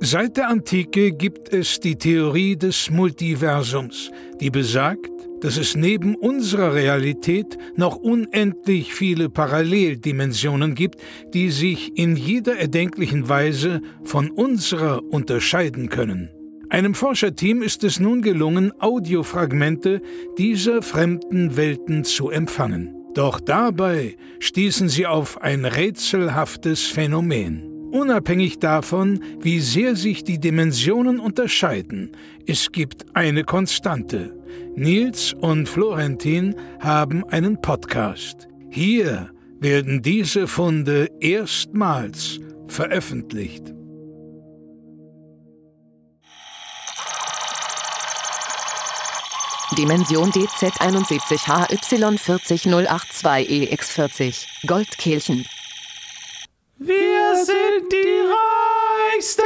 Seit der Antike gibt es die Theorie des Multiversums, die besagt, dass es neben unserer Realität noch unendlich viele Paralleldimensionen gibt, die sich in jeder erdenklichen Weise von unserer unterscheiden können. Einem Forscherteam ist es nun gelungen, Audiofragmente dieser fremden Welten zu empfangen. Doch dabei stießen sie auf ein rätselhaftes Phänomen. Unabhängig davon, wie sehr sich die Dimensionen unterscheiden, es gibt eine Konstante. Nils und Florentin haben einen Podcast. Hier werden diese Funde erstmals veröffentlicht. Dimension DZ71HY40082EX40. Goldkehlchen. Wir sind die Reichsten,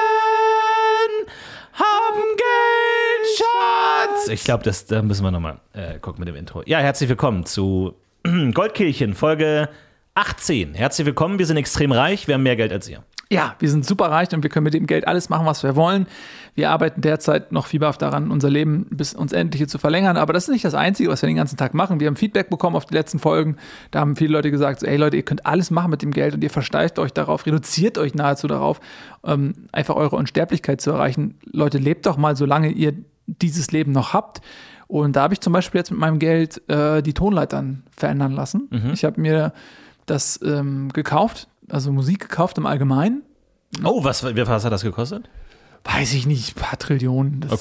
haben Geld, Schatz. Ich glaube, da müssen wir nochmal gucken mit dem Intro. Ja, herzlich willkommen zu Goldkehlchen, Folge 18. Herzlich willkommen, wir sind extrem reich, wir haben mehr Geld als ihr. Ja, wir sind super reich und wir können mit dem Geld alles machen, was wir wollen. Wir arbeiten derzeit noch fieberhaft daran, unser Leben bis uns Endliche zu verlängern. Aber das ist nicht das Einzige, was wir den ganzen Tag machen. Wir haben Feedback bekommen auf die letzten Folgen. Da haben viele Leute gesagt, so, ey Leute, ihr könnt alles machen mit dem Geld und ihr versteift euch darauf, reduziert euch nahezu darauf, einfach eure Unsterblichkeit zu erreichen. Leute, lebt doch mal, solange ihr dieses Leben noch habt. Und da habe ich zum Beispiel jetzt mit meinem Geld die Tonleitern verändern lassen. Ich habe mir das gekauft, also Musik gekauft im Allgemeinen. Oh, was hat das gekostet? Weiß ich nicht, ein paar Trillionen. Das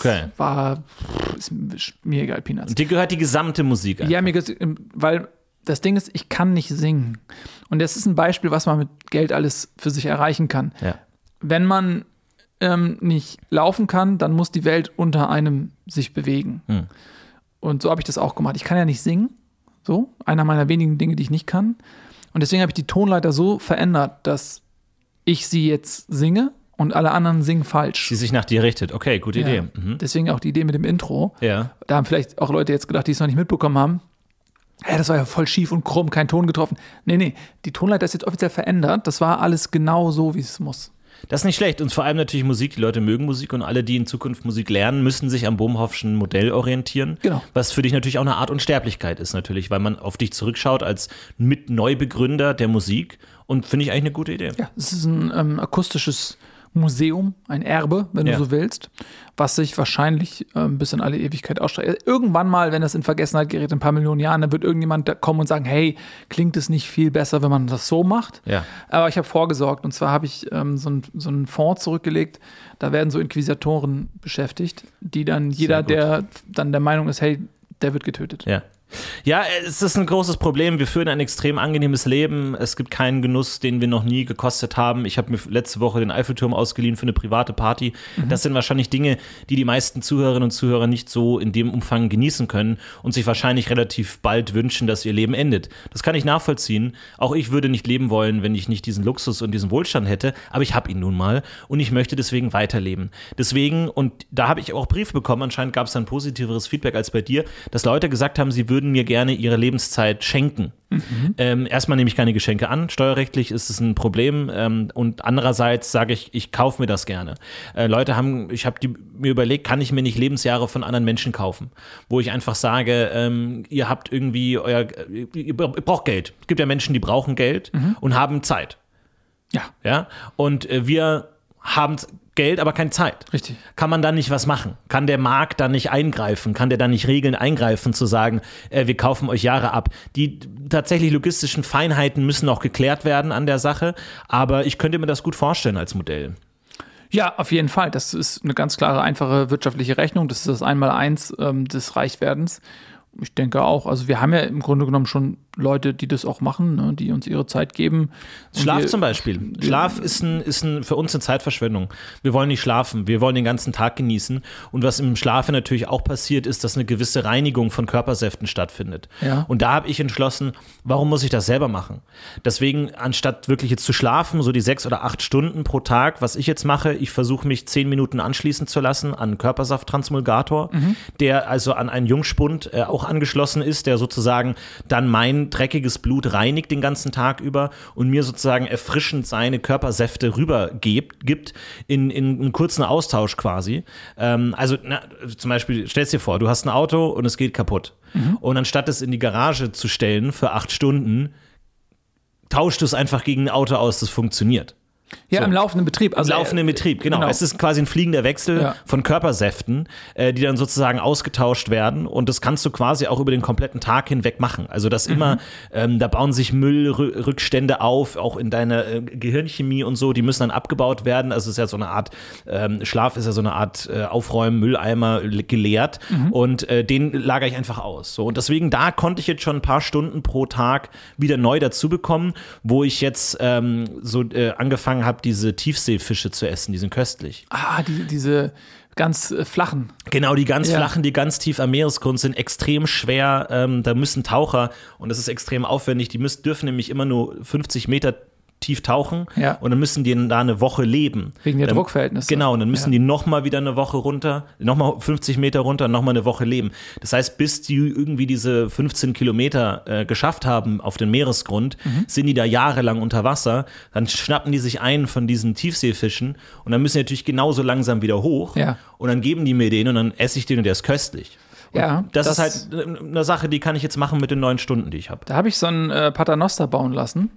ist mir egal, Peanuts. Und dir gehört die gesamte Musik an? Ja, mir gehört, weil das Ding ist, ich kann nicht singen. Und das ist ein Beispiel, was man mit Geld alles für sich erreichen kann. Ja. Wenn man nicht laufen kann, dann muss die Welt unter einem sich bewegen. Und so habe ich das auch gemacht. Ich kann ja nicht singen. So, einer meiner wenigen Dinge, die ich nicht kann. Und deswegen habe ich die Tonleiter so verändert, dass ich sie jetzt singe und alle anderen singen falsch. Sie sich nach dir richtet. Okay, gute Idee. Deswegen auch die Idee mit dem Intro. Ja. Da haben vielleicht auch Leute jetzt gedacht, die es noch nicht mitbekommen haben. Ja, das war ja voll schief und krumm, kein Ton getroffen. Nee, die Tonleiter ist jetzt offiziell verändert. Das war alles genau so, wie es muss. Das ist nicht schlecht. Und vor allem natürlich Musik. Die Leute mögen Musik und alle, die in Zukunft Musik lernen, müssen sich am Bohmhoffschen Modell orientieren. Genau. Was für dich natürlich auch eine Art Unsterblichkeit ist natürlich, weil man auf dich zurückschaut als Mitneubegründer der Musik. Und finde ich eigentlich eine gute Idee. Ja, es ist ein akustisches Museum, ein Erbe, wenn du so willst, was sich wahrscheinlich bis in alle Ewigkeit ausstrahlt. Irgendwann mal, wenn das in Vergessenheit gerät, in ein paar Millionen Jahren, dann wird irgendjemand da kommen und sagen, hey, klingt es nicht viel besser, wenn man das so macht? Ja. Aber ich habe vorgesorgt und zwar habe ich so einen Fonds zurückgelegt, da werden so Inquisitoren beschäftigt, die dann jeder, der dann der Meinung ist, hey, der wird getötet. Ja. Ja, es ist ein großes Problem. Wir führen ein extrem angenehmes Leben. Es gibt keinen Genuss, den wir noch nie gekostet haben. Ich habe mir letzte Woche den Eiffelturm ausgeliehen für eine private Party. Das sind wahrscheinlich Dinge, die die meisten Zuhörerinnen und Zuhörer nicht so in dem Umfang genießen können und sich wahrscheinlich relativ bald wünschen, dass ihr Leben endet. Das kann ich nachvollziehen. Auch ich würde nicht leben wollen, wenn ich nicht diesen Luxus und diesen Wohlstand hätte. Aber ich habe ihn nun mal und ich möchte deswegen weiterleben. Deswegen, und da habe ich auch Briefe bekommen, anscheinend gab es ein positiveres Feedback als bei dir, dass Leute gesagt haben, sie würden mir gerne ihre Lebenszeit schenken. Erstmal nehme ich keine Geschenke an, steuerrechtlich ist es ein Problem und andererseits sage ich kaufe mir das gerne. Ich habe mir überlegt, kann ich mir nicht Lebensjahre von anderen Menschen kaufen, wo ich einfach sage, ihr habt irgendwie ihr braucht Geld. Es gibt ja Menschen, die brauchen Geld und haben Zeit. Ja? Und wir haben Geld, aber keine Zeit. Richtig. Kann man da nicht was machen? Kann der Markt da nicht eingreifen? Kann der da nicht Regeln eingreifen, zu sagen, wir kaufen euch Jahre ab? Die tatsächlich logistischen Feinheiten müssen auch geklärt werden an der Sache, aber ich könnte mir das gut vorstellen als Modell. Ja, auf jeden Fall. Das ist eine ganz klare, einfache wirtschaftliche Rechnung. Das ist das Einmaleins des Reichwerdens. Ich denke auch, also wir haben ja im Grunde genommen schon Leute, die das auch machen, ne, die uns ihre Zeit geben. Schlaf zum Beispiel. Schlaf ist für uns eine Zeitverschwendung. Wir wollen nicht schlafen, wir wollen den ganzen Tag genießen. Und was im Schlafe natürlich auch passiert, ist, dass eine gewisse Reinigung von Körpersäften stattfindet. Ja. Und da habe ich entschlossen, warum muss ich das selber machen? Deswegen, anstatt wirklich jetzt zu schlafen, so die 6 oder 8 Stunden pro Tag, was ich jetzt mache, ich versuche mich 10 Minuten anschließen zu lassen an einen Körpersafttransmulgator, der also an einen Jungspund auch Schlauch angeschlossen ist, der sozusagen dann mein dreckiges Blut reinigt den ganzen Tag über und mir sozusagen erfrischend seine Körpersäfte gibt in einen kurzen Austausch quasi. Also zum Beispiel, stellst dir vor, du hast ein Auto und es geht kaputt. Und anstatt es in die Garage zu stellen für 8 Stunden, tauscht du es einfach gegen ein Auto aus, das funktioniert. Ja, So. im laufenden Betrieb. Im laufenden Betrieb, genau. Es ist quasi ein fliegender Wechsel von Körpersäften, die dann sozusagen ausgetauscht werden und das kannst du quasi auch über den kompletten Tag hinweg machen. Also das immer, da bauen sich Müllrückstände auf, auch in deiner Gehirnchemie und so, die müssen dann abgebaut werden. Also es ist ja so eine Art, Schlaf ist ja so eine Art Aufräumen, Mülleimer geleert und den lagere ich einfach aus. So. Und deswegen, da konnte ich jetzt schon ein paar Stunden pro Tag wieder neu dazu bekommen, wo ich jetzt angefangen habe, diese Tiefseefische zu essen, die sind köstlich. Diese ganz flachen. Genau, die ganz flachen, die ganz tief am Meeresgrund sind, extrem schwer. Da müssen Taucher, und das ist extrem aufwendig, die dürfen nämlich immer nur 50 Meter tief tauchen und dann müssen die da eine Woche leben. Wegen der Druckverhältnisse. Genau, und dann müssen die nochmal wieder eine Woche runter, nochmal 50 Meter runter und nochmal eine Woche leben. Das heißt, bis die irgendwie diese 15 Kilometer geschafft haben auf den Meeresgrund, sind die da jahrelang unter Wasser, dann schnappen die sich einen von diesen Tiefseefischen und dann müssen die natürlich genauso langsam wieder hoch und dann geben die mir den und dann esse ich den und der ist köstlich. Und das ist halt eine Sache, die kann ich jetzt machen mit den 9 Stunden, die ich habe. Da habe ich so einen Paternoster bauen lassen.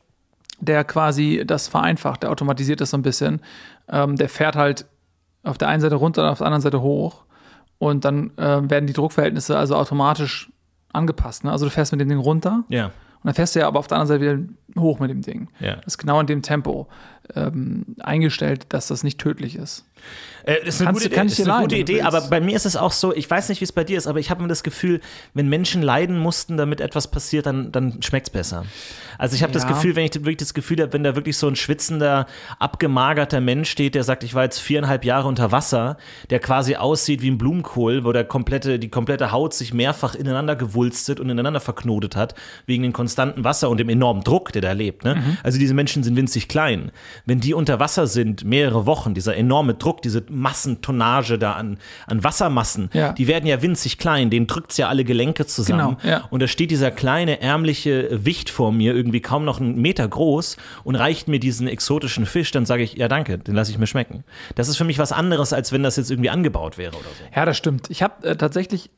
Der quasi das vereinfacht, der automatisiert das so ein bisschen. Der fährt halt auf der einen Seite runter und auf der anderen Seite hoch und dann werden die Druckverhältnisse also automatisch angepasst. Ne? Also du fährst mit dem Ding runter und dann fährst du ja aber auf der anderen Seite wieder hoch mit dem Ding. Das ist genau in dem Tempo eingestellt, dass das nicht tödlich ist. Das ist eine gute Idee, aber bei mir ist es auch so, ich weiß nicht, wie es bei dir ist, aber ich habe immer das Gefühl, wenn Menschen leiden mussten, damit etwas passiert, dann schmeckt es besser. Also ich habe das Gefühl, wenn ich wirklich das Gefühl habe, wenn da wirklich so ein schwitzender, abgemagerter Mensch steht, der sagt, ich war jetzt 4,5 Jahre unter Wasser, der quasi aussieht wie ein Blumenkohl, wo die komplette Haut sich mehrfach ineinander gewulstet und ineinander verknotet hat, wegen dem konstanten Wasser und dem enormen Druck, der da lebt. Ne? Also diese Menschen sind winzig klein. Wenn die unter Wasser sind, mehrere Wochen, dieser enorme Druck, diese Massentonnage da an Wassermassen, die werden ja winzig klein, denen drückt es ja alle Gelenke zusammen. Und da steht dieser kleine, ärmliche Wicht vor mir, irgendwie kaum noch 1 Meter groß und reicht mir diesen exotischen Fisch, dann sage ich, ja danke, den lasse ich mir schmecken. Das ist für mich was anderes, als wenn das jetzt irgendwie angebaut wäre oder so. Ja, das stimmt. Ich habe tatsächlich,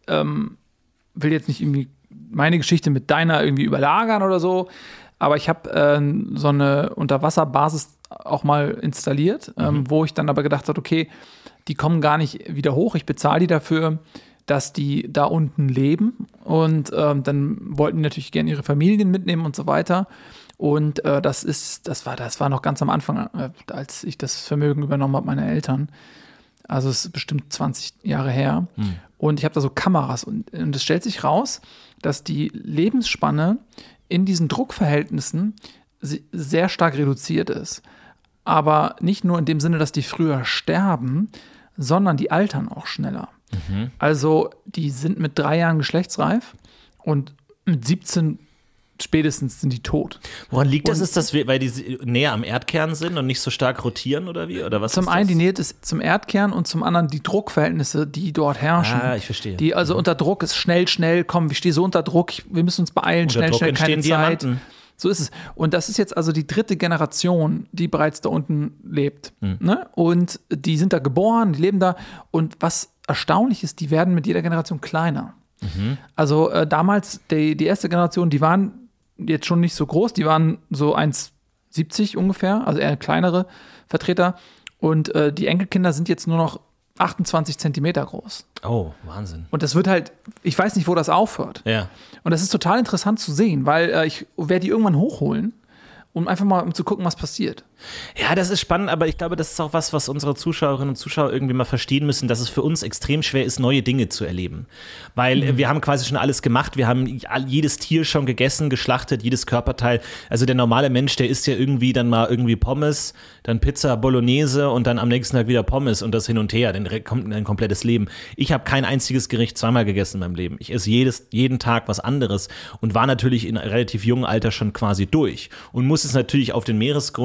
will jetzt nicht irgendwie meine Geschichte mit deiner irgendwie überlagern oder so, aber ich habe so eine Unterwasserbasis auch mal installiert, wo ich dann aber gedacht habe, okay, die kommen gar nicht wieder hoch, ich bezahle die dafür, dass die da unten leben und dann wollten die natürlich gerne ihre Familien mitnehmen und so weiter und das war noch ganz am Anfang, als ich das Vermögen übernommen habe, meine Eltern, also es ist bestimmt 20 Jahre her und ich habe da so Kameras und es stellt sich raus, dass die Lebensspanne in diesen Druckverhältnissen sehr stark reduziert ist. Aber nicht nur in dem Sinne, dass die früher sterben, sondern die altern auch schneller. Also die sind mit 3 Jahren geschlechtsreif und mit 17 spätestens sind die tot. Woran liegt das? Ist das, weil die näher am Erdkern sind und nicht so stark rotieren oder wie? Oder was zum einen die Nähe zum Erdkern und zum anderen die Druckverhältnisse, die dort herrschen. Ich verstehe. Die also unter Druck ist schnell, komm, ich stehe so unter Druck, wir müssen uns beeilen, schnell, keine Zeit. Diamanten. So ist es. Und das ist jetzt also die 3. Generation, die bereits da unten lebt. Ne? Und die sind da geboren, die leben da. Und was erstaunlich ist, die werden mit jeder Generation kleiner. Also damals, die erste Generation, die waren jetzt schon nicht so groß, die waren so 1,70 ungefähr, also eher kleinere Vertreter. Und die Enkelkinder sind jetzt nur noch 28 Zentimeter groß. Oh, Wahnsinn. Und das wird halt, ich weiß nicht, wo das aufhört. Und das ist total interessant zu sehen, weil ich werde die irgendwann hochholen, um einfach mal zu gucken, was passiert. Ja, das ist spannend, aber ich glaube, das ist auch was unsere Zuschauerinnen und Zuschauer irgendwie mal verstehen müssen, dass es für uns extrem schwer ist, neue Dinge zu erleben. Weil wir haben quasi schon alles gemacht, wir haben jedes Tier schon gegessen, geschlachtet, jedes Körperteil. Also der normale Mensch, der isst ja irgendwie dann mal irgendwie Pommes, dann Pizza Bolognese und dann am nächsten Tag wieder Pommes und das hin und her, dann kommt ein komplettes Leben. Ich habe kein einziges Gericht zweimal gegessen in meinem Leben. Ich esse jeden Tag was anderes und war natürlich in einem relativ jungen Alter schon quasi durch und muss jetzt natürlich auf den Meeresgrund schauen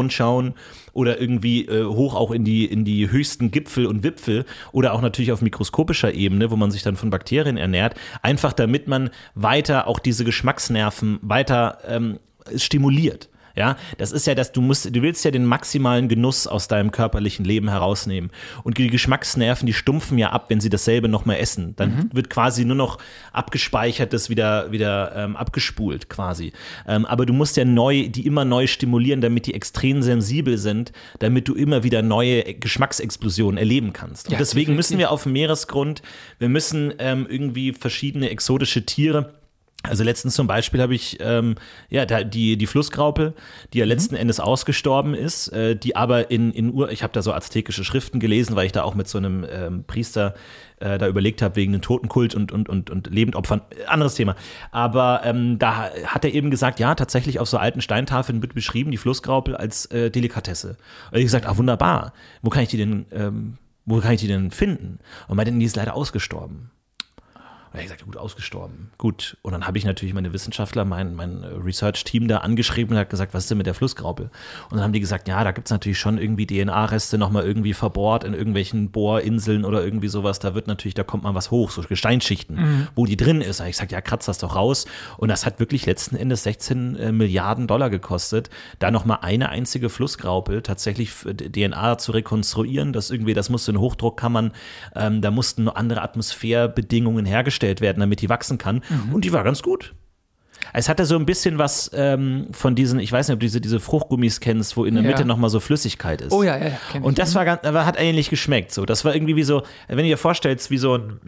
bauen oder irgendwie hoch auch in die höchsten Gipfel und Wipfel oder auch natürlich auf mikroskopischer Ebene, wo man sich dann von Bakterien ernährt, einfach damit man weiter auch diese Geschmacksnerven weiter stimuliert. Ja, das ist ja du willst ja den maximalen Genuss aus deinem körperlichen Leben herausnehmen. Und die Geschmacksnerven, die stumpfen ja ab, wenn sie dasselbe nochmal essen. Dann wird quasi nur noch abgespeichertes wieder abgespult quasi. Aber du musst ja die immer neu stimulieren, damit die extrem sensibel sind, damit du immer wieder neue Geschmacksexplosionen erleben kannst. Und Ja, deswegen definitiv. müssen wir auf dem Meeresgrund, wir müssen irgendwie verschiedene exotische Tiere. Also letztens zum Beispiel habe ich die Flussgraupel, die ja letzten Endes ausgestorben ist, die aber ich habe da so aztekische Schriften gelesen, weil ich da auch mit so einem Priester da überlegt habe wegen dem Totenkult und Lebendopfern, anderes Thema. Aber da hat er eben gesagt, ja, tatsächlich auf so alten Steintafeln wird beschrieben, die Flussgraupel als Delikatesse. Und ich gesagt, wunderbar, wo kann ich die denn finden? Und meinte, die ist leider ausgestorben. Und er hat gesagt, gut, ausgestorben. Gut. Und dann habe ich natürlich meine Wissenschaftler, mein Research-Team da angeschrieben und hat gesagt, was ist denn mit der Flussgraupel? Und dann haben die gesagt, ja, da gibt es natürlich schon irgendwie DNA-Reste nochmal irgendwie verbohrt in irgendwelchen Bohrinseln oder irgendwie sowas. Da kommt mal was hoch, so Gesteinsschichten, wo die drin ist. Da habe ich gesagt, ja, kratz das doch raus. Und das hat wirklich letzten Endes 16 Milliarden $, gekostet, da nochmal eine einzige Flussgraupel tatsächlich für DNA zu rekonstruieren. Das musste in Hochdruckkammern, da mussten nur andere Atmosphärbedingungen hergestellt werden, damit die wachsen kann. Und die war ganz gut. Es hatte so ein bisschen was von diesen, ich weiß nicht, ob du diese Fruchtgummis kennst, wo in der Mitte nochmal so Flüssigkeit ist. Oh ja, kenn ich. Und das hat ähnlich geschmeckt. So. Das war irgendwie wie so, wenn du dir vorstellst, wie so ein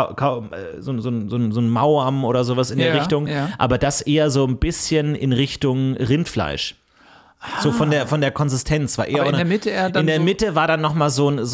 Mauam oder sowas in der Richtung, aber das eher so ein bisschen in Richtung Rindfleisch. So von der Konsistenz war eher. Aber in der Mitte eher dann in der so Mitte war dann nochmal so eine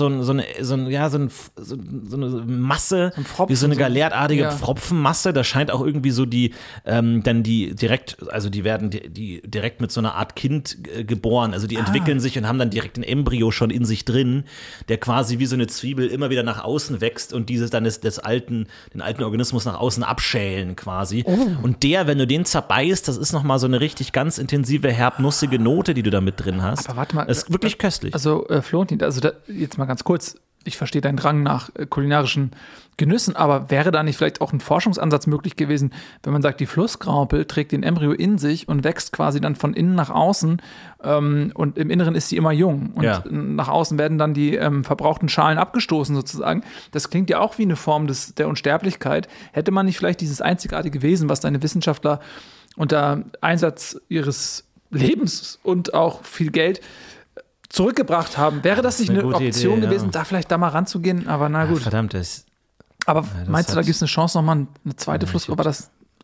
Masse, ein Pfropfen, wie so eine galertartige ja. Pfropfenmasse. Da scheint auch irgendwie so die werden die direkt mit so einer Art Kind geboren. Also die entwickeln sich und haben dann direkt ein Embryo schon in sich drin, der quasi wie so eine Zwiebel immer wieder nach außen wächst und dieses dann den alten Organismus nach außen abschälen quasi. Oh. Und wenn du den zerbeißt, das ist nochmal so eine richtig ganz intensive, herbnussige Note, die du da mit drin hast. Aber warte mal. Das ist wirklich köstlich. Also, Florentin, jetzt mal ganz kurz. Ich verstehe deinen Drang nach kulinarischen Genüssen, aber wäre da nicht vielleicht auch ein Forschungsansatz möglich gewesen, wenn man sagt, die Flussgraupel trägt den Embryo in sich und wächst quasi dann von innen nach außen und im Inneren ist sie immer jung und nach außen werden dann die verbrauchten Schalen abgestoßen sozusagen. Das klingt ja auch wie eine Form der Unsterblichkeit. Hätte man nicht vielleicht dieses einzigartige Wesen, was deine Wissenschaftler unter Einsatz ihres Lebens und auch viel Geld zurückgebracht haben. Wäre das nicht eine Option Idee, gewesen, da mal ranzugehen? Aber na gut. Verdammt, Aber meinst du, da gibt es eine Chance, nochmal eine zweite Flussgraupel?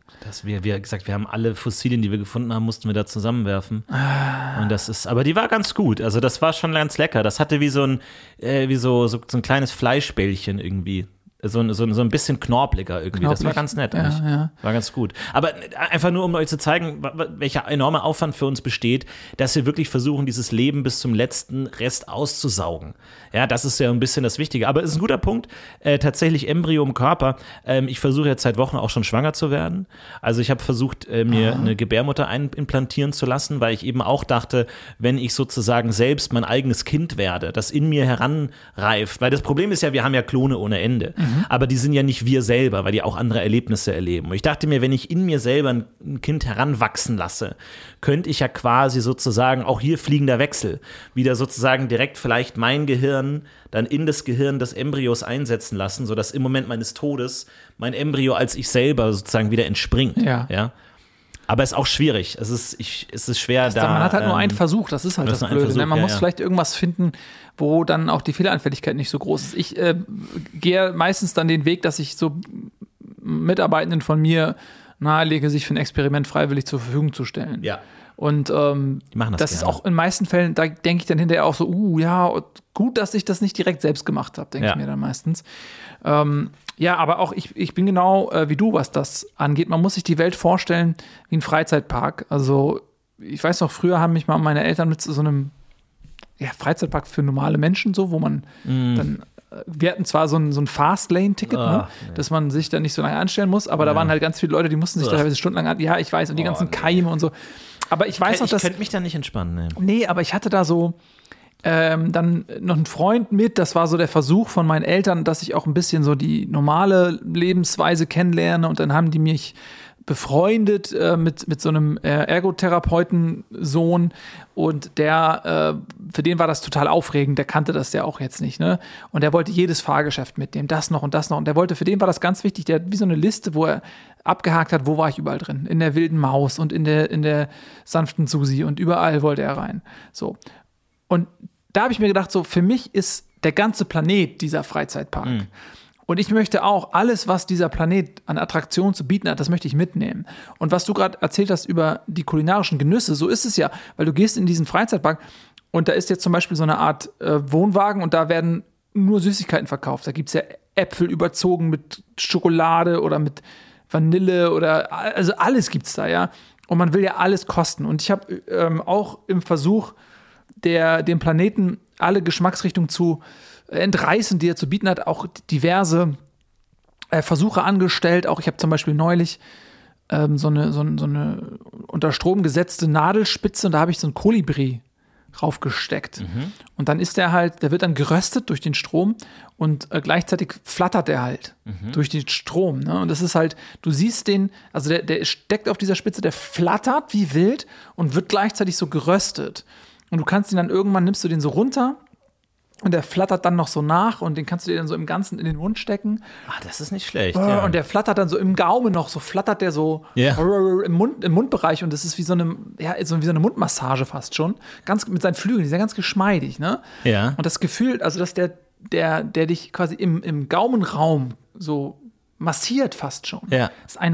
Wir haben alle Fossilien, die wir gefunden haben, mussten wir da zusammenwerfen. Und aber die war ganz gut. Also das war schon ganz lecker. Das hatte wie so ein kleines Fleischbällchen irgendwie. So ein bisschen knorpliger irgendwie. Knorpelig. Das war ganz nett. Ja. War ganz gut. Aber einfach nur, um euch zu zeigen, welcher enorme Aufwand für uns besteht, dass wir wirklich versuchen, dieses Leben bis zum letzten Rest auszusaugen. Ja, das ist ja ein bisschen das Wichtige. Aber es ist ein guter Punkt. Tatsächlich Embryo im Körper. Ich versuche jetzt seit Wochen auch schon schwanger zu werden. Also ich habe versucht, mir eine Gebärmutter implantieren zu lassen, weil ich eben auch dachte, wenn ich sozusagen selbst mein eigenes Kind werde, das in mir heranreift. Weil das Problem ist ja, wir haben ja Klone ohne Ende. Aber die sind ja nicht wir selber, weil die auch andere Erlebnisse erleben. Und ich dachte mir, wenn ich in mir selber ein Kind heranwachsen lasse, könnte ich ja quasi sozusagen, auch hier fliegender Wechsel, wieder sozusagen direkt vielleicht mein Gehirn dann in das Gehirn des Embryos einsetzen lassen, sodass im Moment meines Todes mein Embryo als ich selber sozusagen wieder entspringt. Ja? Aber es ist auch schwierig. Es ist schwer da. Man hat halt nur einen Versuch, das ist halt das Blöde. Versuch, man muss vielleicht irgendwas finden, wo dann auch die Fehleranfälligkeit nicht so groß ist. Ich gehe meistens dann den Weg, dass ich so Mitarbeitenden von mir nahelege, sich für ein Experiment freiwillig zur Verfügung zu stellen. Ja. Und das ist auch in den meisten Fällen, da denke ich dann hinterher auch so, gut, dass ich das nicht direkt selbst gemacht habe, denke ich mir dann meistens. Aber auch ich bin genau wie du, was das angeht. Man muss sich die Welt vorstellen wie ein Freizeitpark. Also ich weiß noch, früher haben mich mal meine Eltern mit so einem Freizeitpark für normale Menschen so, wo man dann wir hatten zwar so ein Fast-Lane-Ticket, dass man sich da nicht so lange anstellen muss, aber da waren halt ganz viele Leute, die mussten sich da teilweise stundenlang ich weiß, und die ganzen Keime und so. Aber ich weiß noch, dass... Ich könnte mich da nicht entspannen. Ne? Nee, aber ich hatte da so dann noch einen Freund mit. Das war so der Versuch von meinen Eltern, dass ich auch ein bisschen so die normale Lebensweise kennenlerne. Und dann haben die mich befreundet mit so einem Ergotherapeutensohn. Und der, für den war das total aufregend. Der kannte das ja auch jetzt nicht, ne? Und der wollte jedes Fahrgeschäft mitnehmen, das noch und das noch. Und für den war das ganz wichtig. Der hat wie so eine Liste, wo er abgehakt hat, wo war ich überall drin. In der wilden Maus und in der sanften Susi und überall wollte er rein. So. Und da habe ich mir gedacht, so für mich ist der ganze Planet dieser Freizeitpark. Mhm. Und ich möchte auch alles, was dieser Planet an Attraktionen zu bieten hat, das möchte ich mitnehmen. Und was du gerade erzählt hast über die kulinarischen Genüsse, so ist es ja, weil du gehst in diesen Freizeitpark und da ist jetzt zum Beispiel so eine Art Wohnwagen und da werden nur Süßigkeiten verkauft. Da gibt es ja Äpfel überzogen mit Schokolade oder mit Vanille oder also alles gibt's da, ja. Und man will ja alles kosten. Und ich habe auch im Versuch, dem Planeten alle Geschmacksrichtungen zu entreißen, die er zu bieten hat, auch diverse Versuche angestellt. Auch ich habe zum Beispiel neulich so eine unter Strom gesetzte Nadelspitze und da habe ich so ein Kolibri raufgesteckt. Mhm. Und dann ist der wird dann geröstet durch den Strom und gleichzeitig flattert der halt durch den Strom. Ne? Und das ist halt, du siehst den, also der steckt auf dieser Spitze, der flattert wie wild und wird gleichzeitig so geröstet. Und du kannst ihn dann irgendwann, nimmst du den so runter und der flattert dann noch so nach und den kannst du dir dann so im Ganzen in den Mund stecken. Ah, das ist nicht schlecht. Ja. Und der flattert dann so im Gaumen noch, so flattert der so im Mundbereich und das ist wie so eine Mundmassage fast schon. Ganz mit seinen Flügeln, die sind ja ganz geschmeidig, ne? Ja. Und das Gefühl, also dass der dich quasi im Gaumenraum so massiert fast schon. Ja. Das ist ein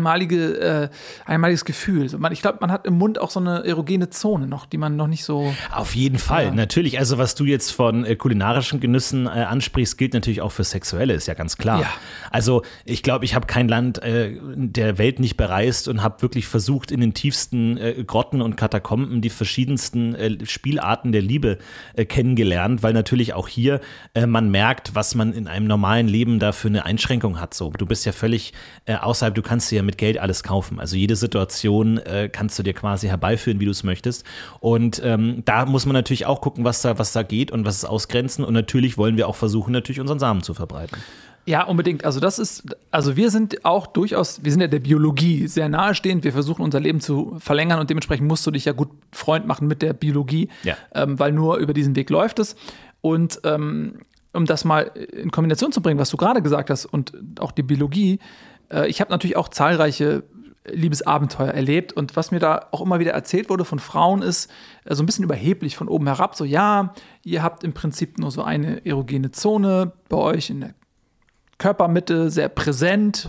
einmaliges Gefühl. Ich glaube, man hat im Mund auch so eine erogene Zone noch, die man noch nicht so... Auf jeden Fall, natürlich. Also was du jetzt von kulinarischen Genüssen ansprichst, gilt natürlich auch für sexuelle, ist ja ganz klar. Ja. Also ich glaube, ich habe kein Land der Welt nicht bereist und habe wirklich versucht, in den tiefsten Grotten und Katakomben die verschiedensten Spielarten der Liebe kennengelernt, weil natürlich auch hier man merkt, was man in einem normalen Leben da für eine Einschränkung hat. So, du bist ja völlig außerhalb, du kannst dir ja mit Geld alles kaufen. Also jede Situation kannst du dir quasi herbeiführen, wie du es möchtest. Und da muss man natürlich auch gucken, was da geht und was es ausgrenzen. Und natürlich wollen wir auch versuchen, natürlich unseren Samen zu verbreiten. Ja, unbedingt. Also wir sind auch durchaus, wir sind ja der Biologie sehr nahestehend. Wir versuchen unser Leben zu verlängern und dementsprechend musst du dich ja gut Freund machen mit der Biologie, weil nur über diesen Weg läuft es. Und um das mal in Kombination zu bringen, was du gerade gesagt hast und auch die Biologie, ich habe natürlich auch zahlreiche Liebesabenteuer erlebt und was mir da auch immer wieder erzählt wurde von Frauen ist, so ein bisschen überheblich von oben herab, so ja, ihr habt im Prinzip nur so eine erogene Zone bei euch in der Körpermitte, sehr präsent.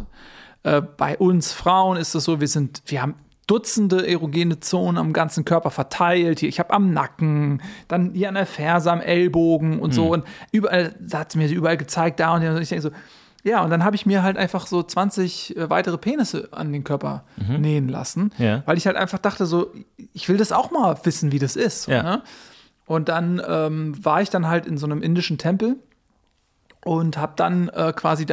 Bei uns Frauen ist es so, wir haben Dutzende erogene Zonen am ganzen Körper verteilt. Hier, ich habe am Nacken, dann hier an der Ferse, am Ellbogen und so. Und überall, da hat sie mir überall gezeigt, da und hier. Und ich denke so, ja, und dann habe ich mir halt einfach so 20 weitere Penisse an den Körper nähen lassen, weil ich halt einfach dachte so, ich will das auch mal wissen, wie das ist. So, ne? Und dann war ich dann halt in so einem indischen Tempel und habe dann quasi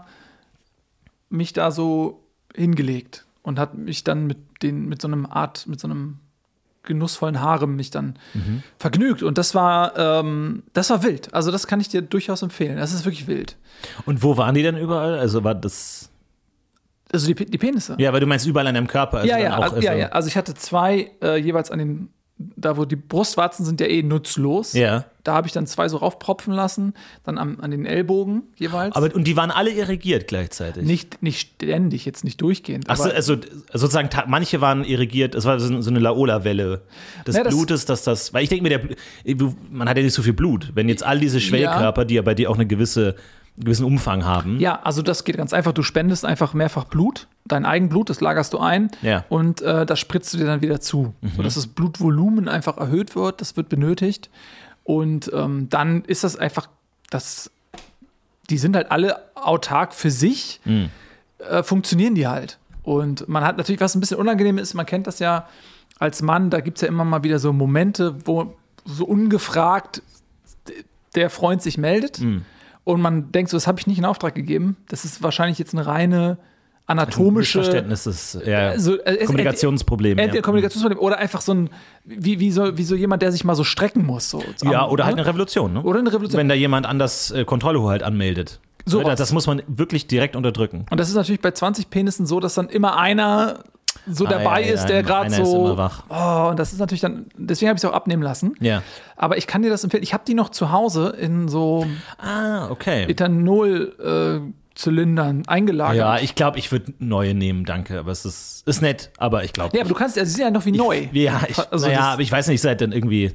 mich da so hingelegt und hat mich dann mit so einem genussvollen Harem mich dann vergnügt. Und das war wild. Also das kann ich dir durchaus empfehlen. Das ist wirklich wild. Und wo waren die denn überall? Also war das... Also die Penisse. Ja, weil du meinst überall an deinem Körper. Also ja. Also ich hatte 2 jeweils da wo die Brustwarzen sind ja nutzlos. Ja. Da habe ich dann 2 so raufpropfen lassen, dann an den Ellbogen jeweils. Und die waren alle irrigiert gleichzeitig? Nicht ständig, jetzt nicht durchgehend. Achso, also sozusagen, manche waren irrigiert, es war so eine Laola-Welle des Blutes, weil ich denke mir, man hat ja nicht so viel Blut. Wenn jetzt all diese Schwellkörper, die ja bei dir auch einen gewissen Umfang haben. Ja, also das geht ganz einfach. Du spendest einfach mehrfach Blut, dein Eigenblut, das lagerst du ein und das spritzt du dir dann wieder zu, sodass das Blutvolumen einfach erhöht wird, das wird benötigt. Und dann ist das einfach, die sind halt alle autark für sich, funktionieren die halt. Und man hat natürlich, was ein bisschen unangenehm ist, man kennt das ja als Mann, da gibt es ja immer mal wieder so Momente, wo so ungefragt der Freund sich meldet. Und man denkt so, das habe ich nicht in Auftrag gegeben. Das ist wahrscheinlich jetzt eine reine anatomische Missverständnis ist Kommunikationsproblem. Entweder Kommunikationsproblem oder einfach so ein, wie so jemand, der sich mal so strecken muss. So, oder halt eine Revolution. Ne? Oder eine Revolution. Wenn da jemand anders Kontrollhoheit anmeldet. So das muss man wirklich direkt unterdrücken. Und das ist natürlich bei 20 Penissen so, dass dann immer einer so dabei ist, der gerade so. Ist immer wach. Oh, und das ist natürlich dann, deswegen habe ich es auch abnehmen lassen. Ja. Aber ich kann dir das empfehlen. Ich habe die noch zu Hause in so Ethanol-Zylindern eingelagert. Ja, ich glaube, ich würde neue nehmen, danke. Aber es ist nett, aber ich glaube. Ja, aber du kannst, sie sind ja noch wie neu. Aber ich weiß nicht, seit dann irgendwie.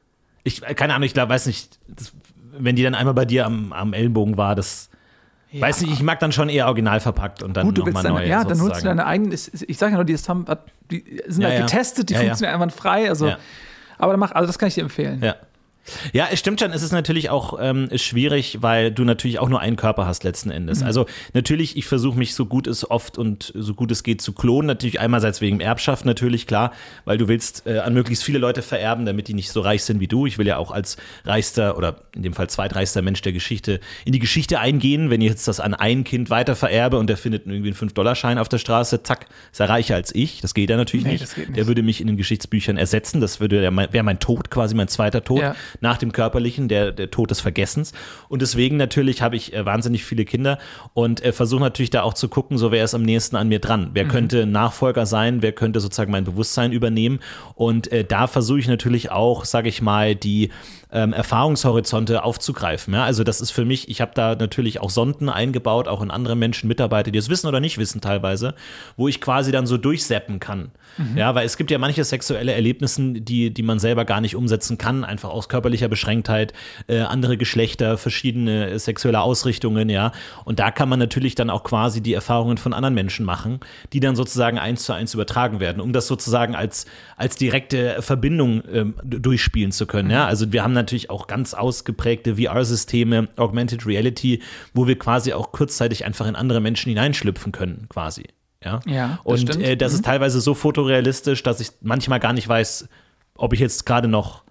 Keine Ahnung, weiß nicht, wenn die dann einmal bei dir am Ellenbogen war, das. Ja. Weiß nicht, ich mag dann schon eher original verpackt und dann nochmal neu. Ja, dann holst du deine eigenen. Ich sage ja nur, die sind halt getestet, die funktionieren einwandfrei. Also, aber das kann ich dir empfehlen. Ja, es stimmt schon, es ist natürlich auch schwierig, weil du natürlich auch nur einen Körper hast letzten Endes. Also natürlich, ich versuche mich so gut es oft und so gut es geht zu klonen. Natürlich einerseits wegen Erbschaft natürlich, klar, weil du willst an möglichst viele Leute vererben, damit die nicht so reich sind wie du. Ich will ja auch als reichster oder in dem Fall zweitreichster Mensch der Geschichte in die Geschichte eingehen. Wenn ich jetzt das an ein Kind weiter vererbe und der findet irgendwie einen 5-$-Schein auf der Straße, zack, ist er reicher als ich. Das geht ja natürlich nicht. Das geht nicht. Der würde mich in den Geschichtsbüchern ersetzen. Das wäre mein Tod, quasi mein zweiter Tod. Ja. Nach dem körperlichen, der Tod des Vergessens. Und deswegen natürlich habe ich wahnsinnig viele Kinder und versuche natürlich da auch zu gucken, so wer ist am nächsten an mir dran. Wer könnte Nachfolger sein, wer könnte sozusagen mein Bewusstsein übernehmen. Und da versuche ich natürlich auch, sage ich mal, die Erfahrungshorizonte aufzugreifen. Ja? Also das ist für mich, ich habe da natürlich auch Sonden eingebaut, auch in andere Menschen, Mitarbeiter, die es wissen oder nicht wissen teilweise, wo ich quasi dann so durchseppen kann. Ja, weil es gibt ja manche sexuelle Erlebnisse, die man selber gar nicht umsetzen kann, einfach aus körperlicher Beschränktheit, andere Geschlechter, verschiedene sexuelle Ausrichtungen, ja. Und da kann man natürlich dann auch quasi die Erfahrungen von anderen Menschen machen, die dann sozusagen 1:1 übertragen werden, um das sozusagen als direkte Verbindung durchspielen zu können, ja. Also wir haben natürlich auch ganz ausgeprägte VR-Systeme, Augmented Reality, wo wir quasi auch kurzzeitig einfach in andere Menschen hineinschlüpfen können, quasi. Ja, und das ist teilweise so fotorealistisch, dass ich manchmal gar nicht weiß, ob ich jetzt gerade noch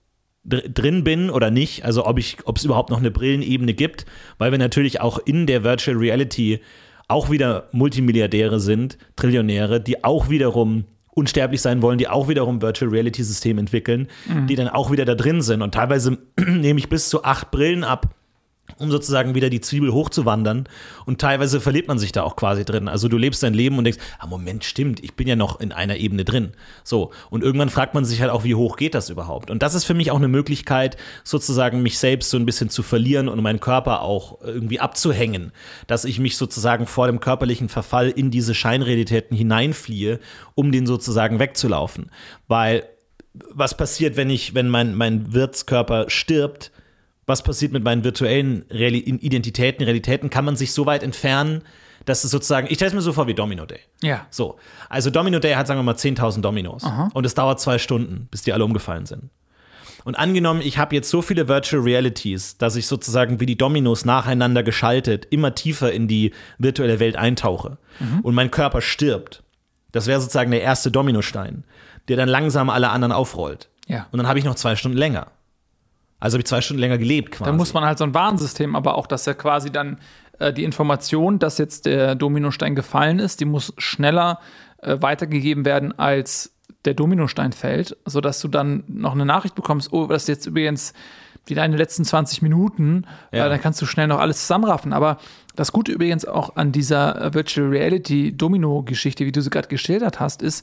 drin bin oder nicht, also ob es überhaupt noch eine Brillenebene gibt, weil wir natürlich auch in der Virtual Reality auch wieder Multimilliardäre sind, Trillionäre, die auch wiederum unsterblich sein wollen, die auch wiederum Virtual Reality Systeme entwickeln, die dann auch wieder da drin sind und teilweise nehme ich bis zu 8 Brillen ab, um sozusagen wieder die Zwiebel hochzuwandern und teilweise verliert man sich da auch quasi drin. Also du lebst dein Leben und denkst, Moment, stimmt, ich bin ja noch in einer Ebene drin. So, und irgendwann fragt man sich halt auch, wie hoch geht das überhaupt? Und das ist für mich auch eine Möglichkeit, sozusagen mich selbst so ein bisschen zu verlieren und meinen Körper auch irgendwie abzuhängen, dass ich mich sozusagen vor dem körperlichen Verfall in diese Scheinrealitäten hineinfliehe, um den sozusagen wegzulaufen. Weil was passiert, wenn mein Wirtskörper stirbt? Was passiert mit meinen virtuellen Identitäten, Realitäten? Kann man sich so weit entfernen, dass es sozusagen, ich stelle es mir so vor wie Domino Day. Ja. So, also Domino Day hat, sagen wir mal, 10.000 Dominos. Aha. Und es dauert 2 Stunden, bis die alle umgefallen sind. Und angenommen, ich habe jetzt so viele Virtual Realities, dass ich sozusagen wie die Dominos nacheinander geschaltet immer tiefer in die virtuelle Welt eintauche und mein Körper stirbt. Das wäre sozusagen der erste Dominostein, der dann langsam alle anderen aufrollt. Ja. Und dann habe ich noch 2 Stunden länger. Also habe ich 2 Stunden länger gelebt quasi. Dann muss man halt so ein Warnsystem, aber auch, dass ja quasi dann die Information, dass jetzt der Dominostein gefallen ist, die muss schneller weitergegeben werden, als der Dominostein fällt, sodass du dann noch eine Nachricht bekommst, oh, das ist jetzt übrigens deine letzten 20 Minuten, dann kannst du schnell noch alles zusammenraffen. Aber das Gute übrigens auch an dieser Virtual Reality Domino-Geschichte, wie du sie gerade geschildert hast, ist,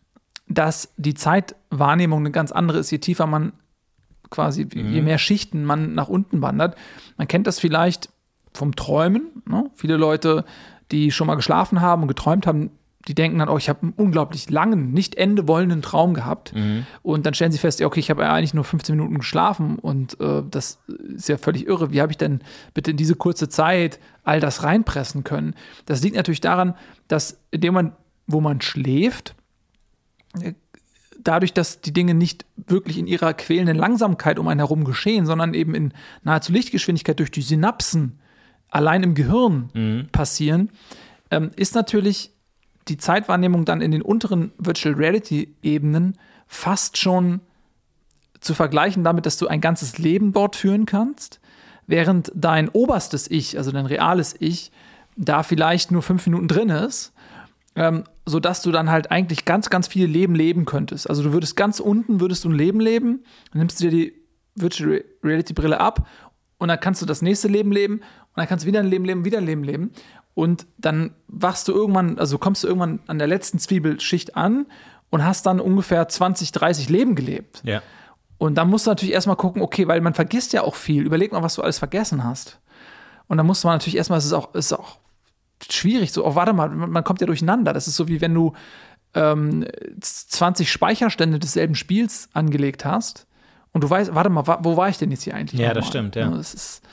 dass die Zeitwahrnehmung eine ganz andere ist, je tiefer man quasi, je mehr Schichten man nach unten wandert. Man kennt das vielleicht vom Träumen. Ne? Viele Leute, die schon mal geschlafen haben und geträumt haben, die denken dann, ich habe einen unglaublich langen, nicht ende wollenden Traum gehabt. Und dann stellen sie fest, ich habe ja eigentlich nur 15 Minuten geschlafen und das ist ja völlig irre. Wie habe ich denn bitte in diese kurze Zeit all das reinpressen können? Das liegt natürlich daran, dass in dem Moment, wo man schläft, dadurch, dass die Dinge nicht wirklich in ihrer quälenden Langsamkeit um einen herum geschehen, sondern eben in nahezu Lichtgeschwindigkeit durch die Synapsen allein im Gehirn passieren, ist natürlich die Zeitwahrnehmung dann in den unteren Virtual Reality-Ebenen fast schon zu vergleichen damit, dass du ein ganzes Leben dort führen kannst, während dein oberstes Ich, also dein reales Ich, da vielleicht nur 5 Minuten drin ist, sodass du dann halt eigentlich ganz, ganz viele Leben leben könntest. Also du würdest ganz unten, ein Leben leben, dann nimmst du dir die Virtual Reality Brille ab und dann kannst du das nächste Leben leben und dann kannst du wieder ein Leben leben, wieder ein Leben leben und dann kommst du irgendwann an der letzten Zwiebelschicht an und hast dann ungefähr 20, 30 Leben gelebt. Ja. Und dann musst du natürlich erstmal gucken, okay, weil man vergisst ja auch viel. Überleg mal, was du alles vergessen hast. Und dann musst du natürlich erstmal, es ist auch schwierig, so, warte mal, man kommt ja durcheinander. Das ist so, wie wenn du 20 Speicherstände desselben Spiels angelegt hast und du weißt, warte mal, wo war ich denn jetzt hier eigentlich? Ja, nochmal? das stimmt, ja. Das ist,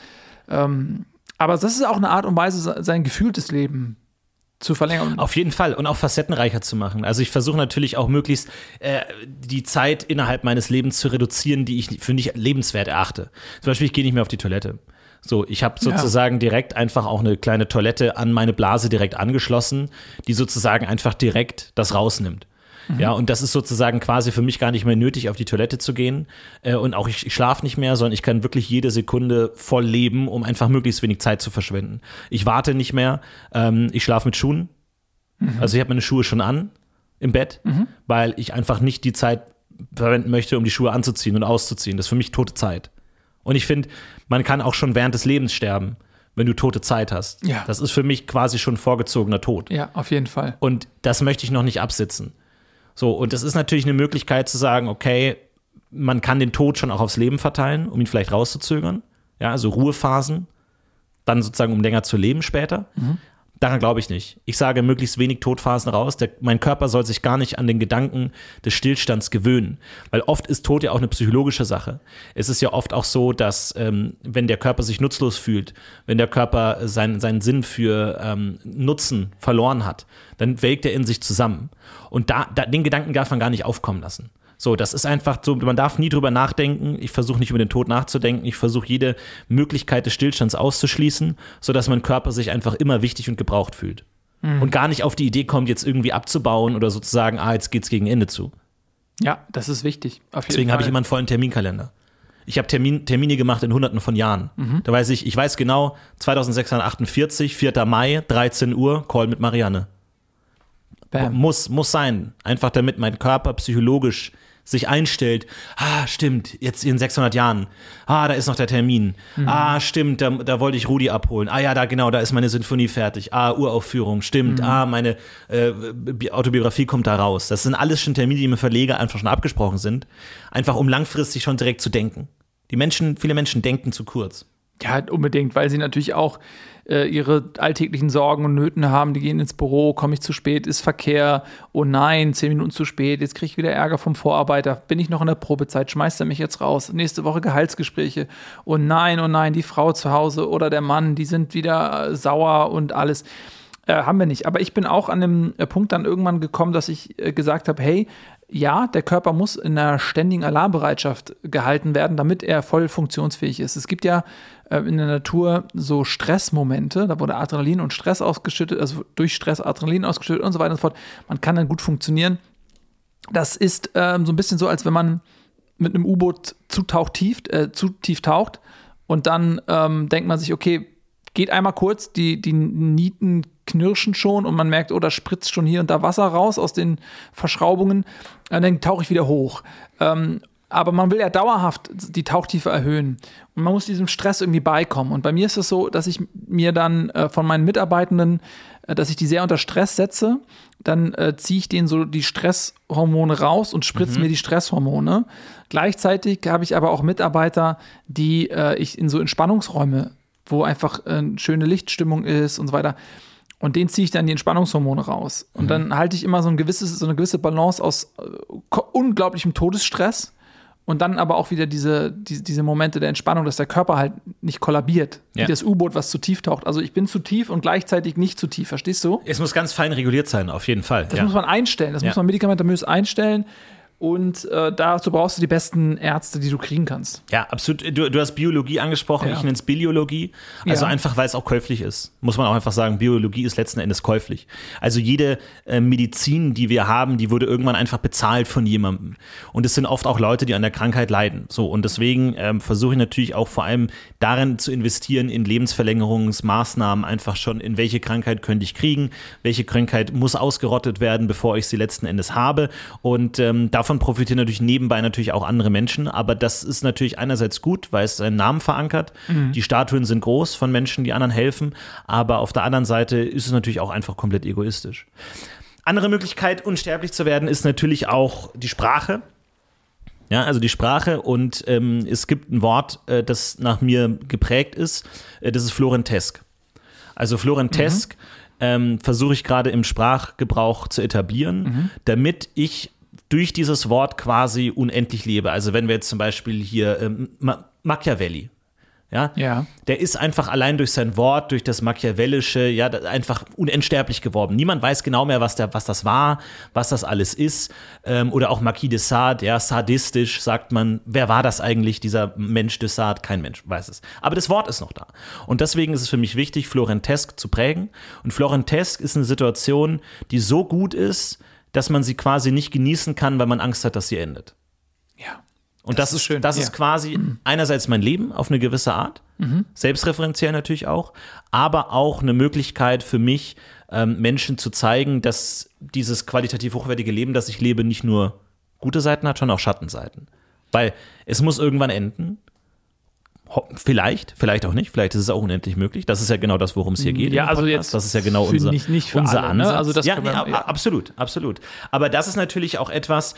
aber das ist auch eine Art und Weise, sein gefühltes Leben zu verlängern. Auf jeden Fall und auch facettenreicher zu machen. Also ich versuche natürlich auch möglichst die Zeit innerhalb meines Lebens zu reduzieren, die ich für nicht lebenswert erachte. Zum Beispiel, ich gehe nicht mehr auf die Toilette. So, ich habe sozusagen direkt einfach auch eine kleine Toilette an meine Blase direkt angeschlossen, die sozusagen einfach direkt das rausnimmt. Ja, und das ist sozusagen quasi für mich gar nicht mehr nötig, auf die Toilette zu gehen. Und auch ich schlafe nicht mehr, sondern ich kann wirklich jede Sekunde voll leben, um einfach möglichst wenig Zeit zu verschwenden. Ich warte nicht mehr. Ich schlafe mit Schuhen. Also ich habe meine Schuhe schon an im Bett, weil ich einfach nicht die Zeit verwenden möchte, um die Schuhe anzuziehen und auszuziehen. Das ist für mich tote Zeit. Und ich finde, man kann auch schon während des Lebens sterben, wenn du tote Zeit hast. Ja. Das ist für mich quasi schon vorgezogener Tod. Ja, auf jeden Fall. Und das möchte ich noch nicht absitzen. So, und das ist natürlich eine Möglichkeit zu sagen, okay, man kann den Tod schon auch aufs Leben verteilen, um ihn vielleicht rauszuzögern. Ja, also Ruhephasen, dann sozusagen, um länger zu leben später. Daran glaube ich nicht. Ich sage möglichst wenig Todphasen raus. Mein Körper soll sich gar nicht an den Gedanken des Stillstands gewöhnen. Weil oft ist Tod ja auch eine psychologische Sache. Es ist ja oft auch so, dass wenn der Körper sich nutzlos fühlt, wenn der Körper seinen Sinn für Nutzen verloren hat, dann welkt er in sich zusammen. Und den Gedanken darf man gar nicht aufkommen lassen. So, das ist einfach so, man darf nie drüber nachdenken. Ich versuche nicht über den Tod nachzudenken. Ich versuche jede Möglichkeit des Stillstands auszuschließen, sodass mein Körper sich einfach immer wichtig und gebraucht fühlt. Und gar nicht auf die Idee kommt, jetzt irgendwie abzubauen oder sozusagen, jetzt geht's gegen Ende zu. Ja, das ist wichtig. Deswegen habe ich immer einen vollen Terminkalender. Ich habe Termine gemacht in Hunderten von Jahren. Da weiß ich weiß genau, 2648, 4. Mai, 13 Uhr, Call mit Marianne. Bam. Muss sein. Einfach damit mein Körper psychologisch sich einstellt, stimmt, jetzt in 600 Jahren, da ist noch der Termin, stimmt, da wollte ich Rudi abholen, da ist meine Sinfonie fertig, Uraufführung, stimmt, meine Autobiografie kommt da raus. Das sind alles schon Termine, die mit Verleger einfach schon abgesprochen sind, einfach um langfristig schon direkt zu denken. Viele Menschen denken zu kurz. Ja, unbedingt, weil sie natürlich auch ihre alltäglichen Sorgen und Nöten haben. Die gehen ins Büro, komme ich zu spät, ist Verkehr, oh nein, 10 Minuten zu spät, jetzt kriege ich wieder Ärger vom Vorarbeiter, bin ich noch in der Probezeit, schmeißt er mich jetzt raus, nächste Woche Gehaltsgespräche, oh nein, die Frau zu Hause oder der Mann, die sind wieder sauer und alles. Haben wir nicht. Aber ich bin auch an dem Punkt dann irgendwann gekommen, dass ich gesagt habe, hey, ja, der Körper muss in einer ständigen Alarmbereitschaft gehalten werden, damit er voll funktionsfähig ist. Es gibt ja in der Natur so Stressmomente, da wurde Adrenalin und Stress ausgeschüttet, also durch Stress Adrenalin ausgeschüttet und so weiter und so fort. Man kann dann gut funktionieren. Das ist so ein bisschen so, als wenn man mit einem U-Boot zu tief taucht und dann denkt man sich, okay, geht einmal kurz, die Nieten knirschen schon und man merkt, da spritzt schon hier und da Wasser raus aus den Verschraubungen, und dann tauche ich wieder hoch. Aber man will ja dauerhaft die Tauchtiefe erhöhen und man muss diesem Stress irgendwie beikommen. Und bei mir ist es so, dass ich mir dann von meinen Mitarbeitenden, dass ich die sehr unter Stress setze, dann ziehe ich denen so die Stresshormone raus und spritze mir die Stresshormone. Gleichzeitig habe ich aber auch Mitarbeiter, die ich in so Entspannungsräume, wo einfach schöne Lichtstimmung ist und so weiter. Und den ziehe ich dann die Entspannungshormone raus. Und dann halte ich immer so eine gewisse Balance aus unglaublichem Todesstress und dann aber auch wieder diese Momente der Entspannung, dass der Körper halt nicht kollabiert, wie das U-Boot, was zu tief taucht. Also ich bin zu tief und gleichzeitig nicht zu tief, verstehst du? Es muss ganz fein reguliert sein, auf jeden Fall. Das muss man einstellen, das muss man medikamentös einstellen. Und dazu brauchst du die besten Ärzte, die du kriegen kannst. Ja, absolut. Du hast Biologie angesprochen, ich nenne es Biologie. Also einfach, weil es auch käuflich ist. Muss man auch einfach sagen, Biologie ist letzten Endes käuflich. Also jede Medizin, die wir haben, die wurde irgendwann einfach bezahlt von jemandem. Und es sind oft auch Leute, die an der Krankheit leiden. So, und deswegen versuche ich natürlich auch vor allem darin zu investieren, in Lebensverlängerungsmaßnahmen, einfach schon, in welche Krankheit könnte ich kriegen, welche Krankheit muss ausgerottet werden, bevor ich sie letzten Endes habe. Und davon profitieren natürlich nebenbei natürlich auch andere Menschen, aber das ist natürlich einerseits gut, weil es seinen Namen verankert. Die Statuen sind groß von Menschen, die anderen helfen, aber auf der anderen Seite ist es natürlich auch einfach komplett egoistisch. Andere Möglichkeit, unsterblich zu werden, ist natürlich auch die Sprache. Ja, also die Sprache, und es gibt ein Wort, das nach mir geprägt ist, das ist Florentesk. Also Florentesk versuche ich gerade im Sprachgebrauch zu etablieren, damit ich durch dieses Wort quasi unendlich lebe. Also wenn wir jetzt zum Beispiel hier Machiavelli, ja, der ist einfach allein durch sein Wort, durch das Machiavellische, einfach unentsterblich geworden. Niemand weiß genau mehr, was das war, was das alles ist. Oder auch Marquis de Sade, sadistisch sagt man, wer war das eigentlich, dieser Mensch de Sade? Kein Mensch weiß es. Aber das Wort ist noch da. Und deswegen ist es für mich wichtig, Florentesk zu prägen. Und Florentesk ist eine Situation, die so gut ist, dass man sie quasi nicht genießen kann, weil man Angst hat, dass sie endet. Ja. Und das ist schön. Das ist quasi einerseits mein Leben auf eine gewisse Art, selbstreferenziell natürlich auch, aber auch eine Möglichkeit für mich, Menschen zu zeigen, dass dieses qualitativ hochwertige Leben, das ich lebe, nicht nur gute Seiten hat, sondern auch Schattenseiten. Weil es muss irgendwann enden. Vielleicht auch nicht, vielleicht ist es auch unendlich möglich. Das ist ja genau das, worum es hier geht. Ja, also jetzt das ist ja genau unser alle, Ansatz. Ne? Also das absolut. Aber das ist natürlich auch etwas,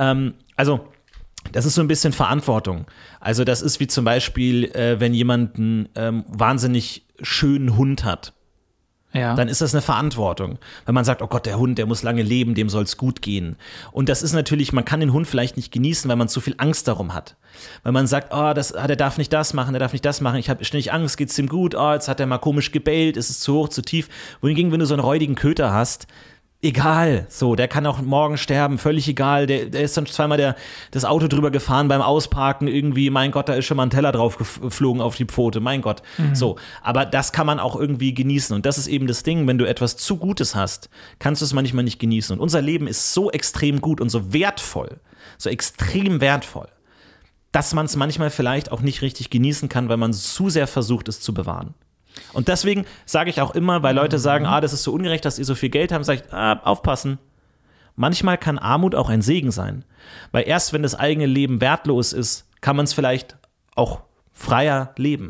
das ist so ein bisschen Verantwortung. Also das ist wie zum Beispiel, wenn jemand einen wahnsinnig schönen Hund hat. Ja. Dann ist das eine Verantwortung. Wenn man sagt, oh Gott, der Hund, der muss lange leben, dem soll es gut gehen. Und das ist natürlich, man kann den Hund vielleicht nicht genießen, weil man zu viel Angst darum hat. Weil man sagt, der darf nicht das machen, ich habe ständig Angst, geht's dem gut, jetzt hat er mal komisch gebellt, ist es zu hoch, zu tief. Wohingegen, wenn du so einen räudigen Köter hast, egal, so, der kann auch morgen sterben, völlig egal, der ist dann zweimal das Auto drüber gefahren beim Ausparken, irgendwie, mein Gott, da ist schon mal ein Teller drauf geflogen auf die Pfote, mein Gott, so, aber das kann man auch irgendwie genießen, und das ist eben das Ding, wenn du etwas zu Gutes hast, kannst du es manchmal nicht genießen, und unser Leben ist so extrem gut und so wertvoll, so extrem wertvoll, dass man es manchmal vielleicht auch nicht richtig genießen kann, weil man zu sehr versucht, es zu bewahren. Und deswegen sage ich auch immer, weil Leute sagen, das ist so ungerecht, dass ihr so viel Geld habt, sage ich, aufpassen. Manchmal kann Armut auch ein Segen sein. Weil erst wenn das eigene Leben wertlos ist, kann man es vielleicht auch freier leben.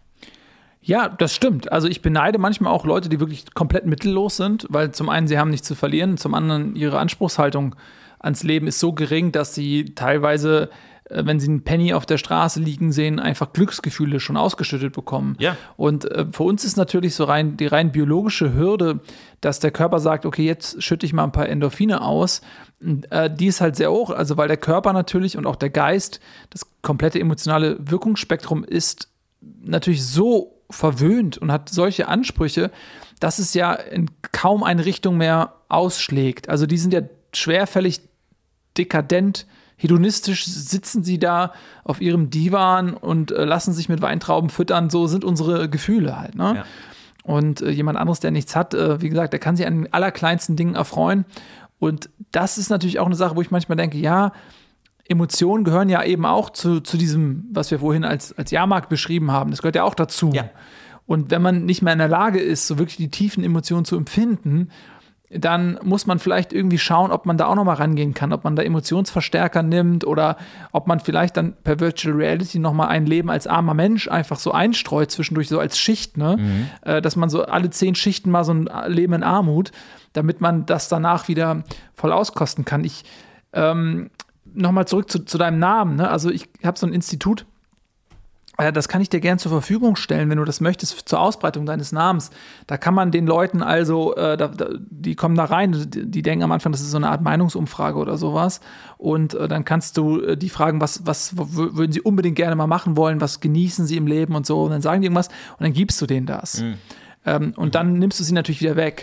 Ja, das stimmt. Also ich beneide manchmal auch Leute, die wirklich komplett mittellos sind, weil zum einen sie haben nichts zu verlieren, zum anderen ihre Anspruchshaltung ans Leben ist so gering, dass sie teilweise, wenn sie einen Penny auf der Straße liegen sehen, einfach Glücksgefühle schon ausgeschüttet bekommen. Ja. Und für uns ist natürlich so die rein biologische Hürde, dass der Körper sagt, okay, jetzt schütte ich mal ein paar Endorphine aus. Die ist halt sehr hoch, also weil der Körper natürlich und auch der Geist, das komplette emotionale Wirkungsspektrum ist natürlich so verwöhnt und hat solche Ansprüche, dass es ja in kaum eine Richtung mehr ausschlägt. Also die sind ja schwerfällig dekadent, hedonistisch sitzen sie da auf ihrem Divan und lassen sich mit Weintrauben füttern. So sind unsere Gefühle halt. Ne? Ja. Und jemand anderes, der nichts hat, wie gesagt, der kann sich an den allerkleinsten Dingen erfreuen. Und das ist natürlich auch eine Sache, wo ich manchmal denke, ja, Emotionen gehören ja eben auch zu diesem, was wir vorhin als Jahrmarkt beschrieben haben. Das gehört ja auch dazu. Ja. Und wenn man nicht mehr in der Lage ist, so wirklich die tiefen Emotionen zu empfinden, dann muss man vielleicht irgendwie schauen, ob man da auch nochmal rangehen kann, ob man da Emotionsverstärker nimmt oder ob man vielleicht dann per Virtual Reality nochmal ein Leben als armer Mensch einfach so einstreut, zwischendurch so als Schicht, ne? Dass man so alle 10 Schichten mal so ein Leben in Armut, damit man das danach wieder voll auskosten kann. Nochmal zurück zu deinem Namen, ne? Also ich habe so ein Institut, das kann ich dir gern zur Verfügung stellen, wenn du das möchtest, zur Ausbreitung deines Namens. Da kann man den Leuten also, die kommen da rein, die denken am Anfang, das ist so eine Art Meinungsumfrage oder sowas. Und dann kannst du die fragen, was würden sie unbedingt gerne mal machen wollen, was genießen sie im Leben und so. Und dann sagen die irgendwas und dann gibst du denen das. Und dann nimmst du sie natürlich wieder weg.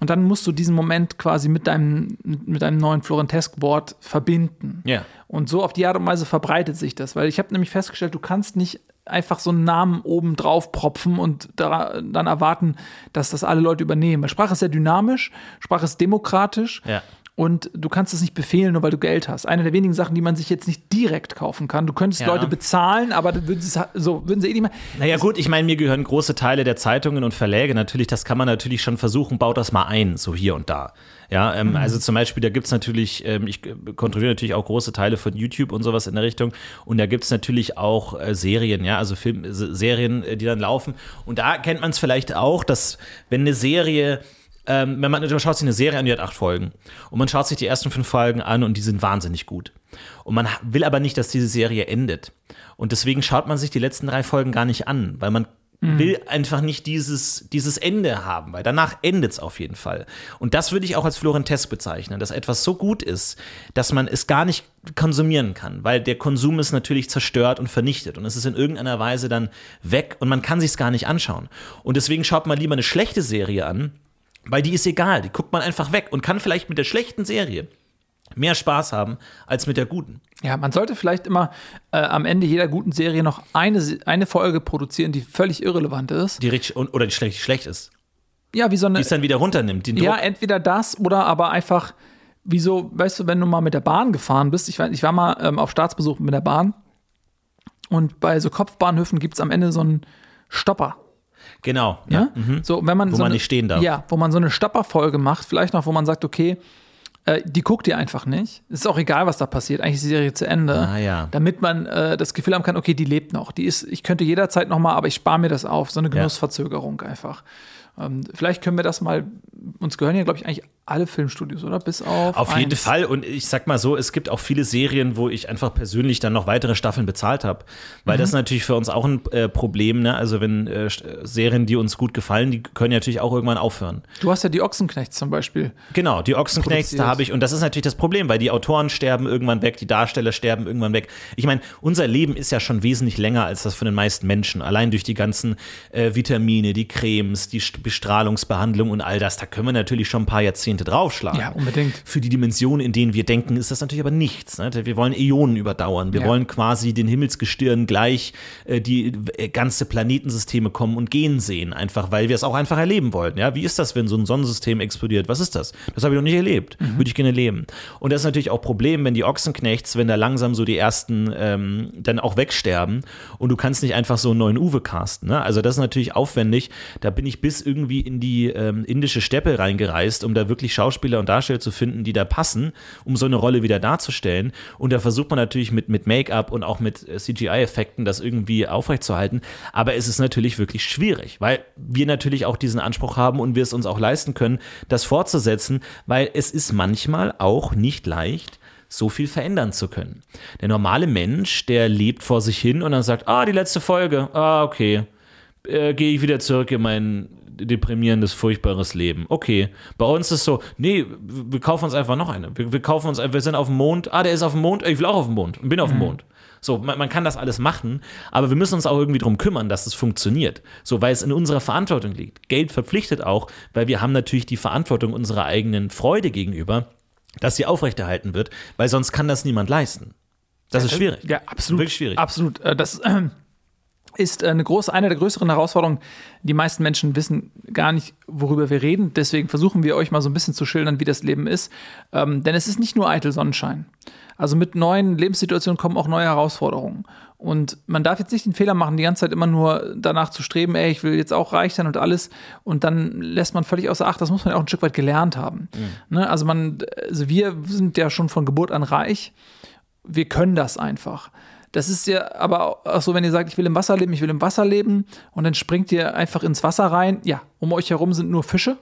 Und dann musst du diesen Moment quasi mit deinem neuen Florentesk-Wort verbinden. Ja. Und so auf die Art und Weise verbreitet sich das. Weil ich habe nämlich festgestellt, du kannst nicht einfach so einen Namen oben drauf propfen und dann erwarten, dass das alle Leute übernehmen. Weil Sprache ist sehr dynamisch, Sprache ist demokratisch. Ja. Und du kannst es nicht befehlen, nur weil du Geld hast. Eine der wenigen Sachen, die man sich jetzt nicht direkt kaufen kann. Du könntest Leute bezahlen, aber dann würden sie eh nicht mehr. Naja gut, ich meine, mir gehören große Teile der Zeitungen und Verläge natürlich, das kann man natürlich schon versuchen, baut das mal ein, so hier und da. Ja, also zum Beispiel, da gibt es natürlich, ich kontrolliere natürlich auch große Teile von YouTube und sowas in der Richtung und da gibt es natürlich auch Serien, ja, also Serien, die dann laufen und da kennt man es vielleicht auch, dass wenn eine Serie man schaut sich eine Serie an, die hat 8 Folgen. Und man schaut sich die ersten 5 Folgen an und die sind wahnsinnig gut. Und man will aber nicht, dass diese Serie endet. Und deswegen schaut man sich die letzten 3 Folgen gar nicht an, weil man will einfach nicht dieses Ende haben, weil danach endet es auf jeden Fall. Und das würde ich auch als Florentesk bezeichnen, dass etwas so gut ist, dass man es gar nicht konsumieren kann, weil der Konsum ist natürlich zerstört und vernichtet und es ist in irgendeiner Weise dann weg und man kann sich es gar nicht anschauen. Und deswegen schaut man lieber eine schlechte Serie an, weil die ist egal, die guckt man einfach weg und kann vielleicht mit der schlechten Serie mehr Spaß haben als mit der guten. Ja, man sollte vielleicht immer am Ende jeder guten Serie noch eine Folge produzieren, die völlig irrelevant ist. Die richtig oder die schlecht ist. Ja, wie so eine. Die es dann wieder runternimmt, den Druck. Ja, entweder das oder aber einfach, wie so, weißt du, wenn du mal mit der Bahn gefahren bist. Ich war mal auf Staatsbesuch mit der Bahn und bei so Kopfbahnhöfen gibt es am Ende so einen Stopper. Genau. Ja? So, wenn man wo man nicht stehen darf. Ja, wo man so eine Stopperfolge macht, vielleicht noch, wo man sagt, okay, die guckt ihr einfach nicht. Es ist auch egal, was da passiert. Eigentlich ist die Serie zu Ende. Ja. Damit man das Gefühl haben kann, okay, die lebt noch. Ich könnte jederzeit noch mal, aber ich spare mir das auf. So eine Genussverzögerung einfach. Vielleicht können wir das mal, uns gehören ja, glaube ich, eigentlich alle Filmstudios, oder? Bis auf jeden Fall. Und ich sag mal so, es gibt auch viele Serien, wo ich einfach persönlich dann noch weitere Staffeln bezahlt habe. Weil das ist natürlich für uns auch ein Problem, ne? Also wenn Serien, die uns gut gefallen, die können ja natürlich auch irgendwann aufhören. Du hast ja die Ochsenknechts zum Beispiel. Genau, die Ochsenknechts, da habe ich, und das ist natürlich das Problem, weil die Autoren sterben irgendwann weg, die Darsteller sterben irgendwann weg. Ich meine, unser Leben ist ja schon wesentlich länger als das von den meisten Menschen. Allein durch die ganzen Vitamine, die Cremes, die Bestrahlungsbehandlung und all das, da können wir natürlich schon ein paar Jahrzehnte draufschlagen. Ja, unbedingt. Für die Dimensionen, in denen wir denken, ist das natürlich aber nichts. Ne? Wir wollen Äonen überdauern. Wir wollen quasi den Himmelsgestirn gleich die ganze Planetensysteme kommen und gehen sehen, einfach weil wir es auch einfach erleben wollten. Ja? Wie ist das, wenn so ein Sonnensystem explodiert? Was ist das? Das habe ich noch nicht erlebt. Würde ich gerne leben. Und das ist natürlich auch ein Problem, wenn die Ochsenknechts, wenn da langsam so die ersten dann auch wegsterben und du kannst nicht einfach so einen neuen Uwe casten. Ne? Also das ist natürlich aufwendig. Da bin ich bis irgendwie in die indische Steppe reingereist, um da wirklich Schauspieler und Darsteller zu finden, die da passen, um so eine Rolle wieder darzustellen. Und da versucht man natürlich mit Make-up und auch mit CGI-Effekten das irgendwie aufrechtzuerhalten. Aber es ist natürlich wirklich schwierig, weil wir natürlich auch diesen Anspruch haben und wir es uns auch leisten können, das fortzusetzen, weil es ist manchmal auch nicht leicht, so viel verändern zu können. Der normale Mensch, der lebt vor sich hin und dann sagt, die letzte Folge, okay, gehe ich wieder zurück in mein deprimierendes, furchtbares Leben. Okay, bei uns ist so, nee, wir kaufen uns einfach noch eine. Wir kaufen uns, wir sind auf dem Mond, der ist auf dem Mond, ich will auch auf dem Mond und bin auf dem Mond. So, man kann das alles machen, aber wir müssen uns auch irgendwie darum kümmern, dass es funktioniert. So, weil es in unserer Verantwortung liegt. Geld verpflichtet auch, weil wir haben natürlich die Verantwortung unserer eigenen Freude gegenüber, dass sie aufrechterhalten wird, weil sonst kann das niemand leisten. Das ist schwierig. Ja, absolut. Wirklich schwierig. Absolut. Das ist eine der größeren Herausforderungen. Die meisten Menschen wissen gar nicht, worüber wir reden. Deswegen versuchen wir euch mal so ein bisschen zu schildern, wie das Leben ist. Denn es ist nicht nur eitel Sonnenschein. Also mit neuen Lebenssituationen kommen auch neue Herausforderungen. Und man darf jetzt nicht den Fehler machen, die ganze Zeit immer nur danach zu streben, ich will jetzt auch reich sein und alles. Und dann lässt man völlig außer Acht, das muss man ja auch ein Stück weit gelernt haben. Ne? Also wir sind ja schon von Geburt an reich. Wir können das einfach. Das ist ja aber auch so, wenn ihr sagt, ich will im Wasser leben und dann springt ihr einfach ins Wasser rein. Ja, um euch herum sind nur Fische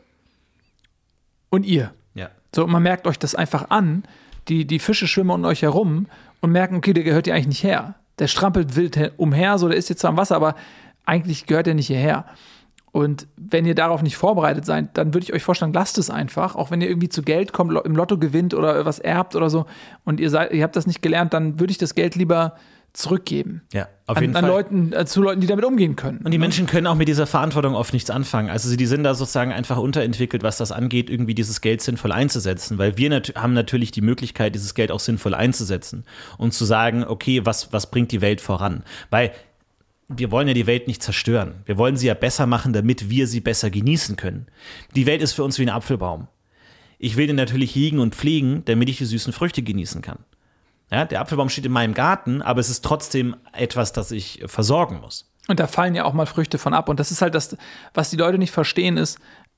und ihr. Ja. So, man merkt euch das einfach an. Die Fische schwimmen um euch herum und merken, okay, der gehört hier eigentlich nicht her. Der strampelt wild umher, so, der ist jetzt zwar im Wasser, aber eigentlich gehört er nicht hierher. Und wenn ihr darauf nicht vorbereitet seid, dann würde ich euch vorschlagen, lasst es einfach. Auch wenn ihr irgendwie zu Geld kommt, im Lotto gewinnt oder was erbt oder so und ihr habt das nicht gelernt, dann würde ich das Geld lieber zurückgeben. Ja, auf jeden An Fall. Leuten, zu Leuten, die damit umgehen können. Und die Menschen können auch mit dieser Verantwortung oft nichts anfangen. Also die sind da sozusagen einfach unterentwickelt, was das angeht, irgendwie dieses Geld sinnvoll einzusetzen. Weil wir haben natürlich die Möglichkeit, dieses Geld auch sinnvoll einzusetzen und zu sagen, okay, was bringt die Welt voran? Weil wir wollen ja die Welt nicht zerstören. Wir wollen sie ja besser machen, damit wir sie besser genießen können. Die Welt ist für uns wie ein Apfelbaum. Ich will den natürlich hegen und pflegen, damit ich die süßen Früchte genießen kann. Ja, der Apfelbaum steht in meinem Garten, aber es ist trotzdem etwas, das ich versorgen muss. Und da fallen ja auch mal Früchte von ab. Und das ist halt das, was die Leute nicht verstehen, ist,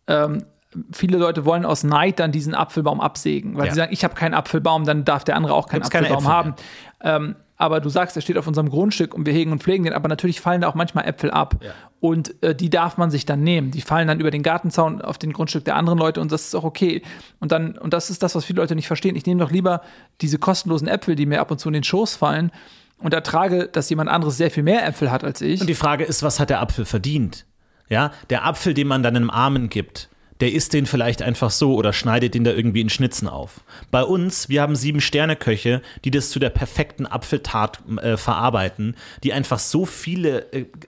viele Leute wollen aus Neid dann diesen Apfelbaum absägen, weil sie sagen, ich habe keinen Apfelbaum, dann darf der andere auch keinen Apfelbaum haben. Aber du sagst, der steht auf unserem Grundstück und wir hegen und pflegen den, aber natürlich fallen da auch manchmal Äpfel ab. Ja. Und die darf man sich dann nehmen. Die fallen dann über den Gartenzaun auf den Grundstück der anderen Leute und das ist auch okay. Und das ist das, was viele Leute nicht verstehen. Ich nehme doch lieber diese kostenlosen Äpfel, die mir ab und zu in den Schoß fallen und ertrage, dass jemand anderes sehr viel mehr Äpfel hat als ich. Und die Frage ist, was hat der Apfel verdient? Ja, der Apfel, den man dann einem Armen gibt, der isst den vielleicht einfach so oder schneidet den da irgendwie in Schnitzen auf. Bei uns, wir haben 7-Sterne-Köche, die das zu der perfekten Apfeltat verarbeiten, die einfach so viele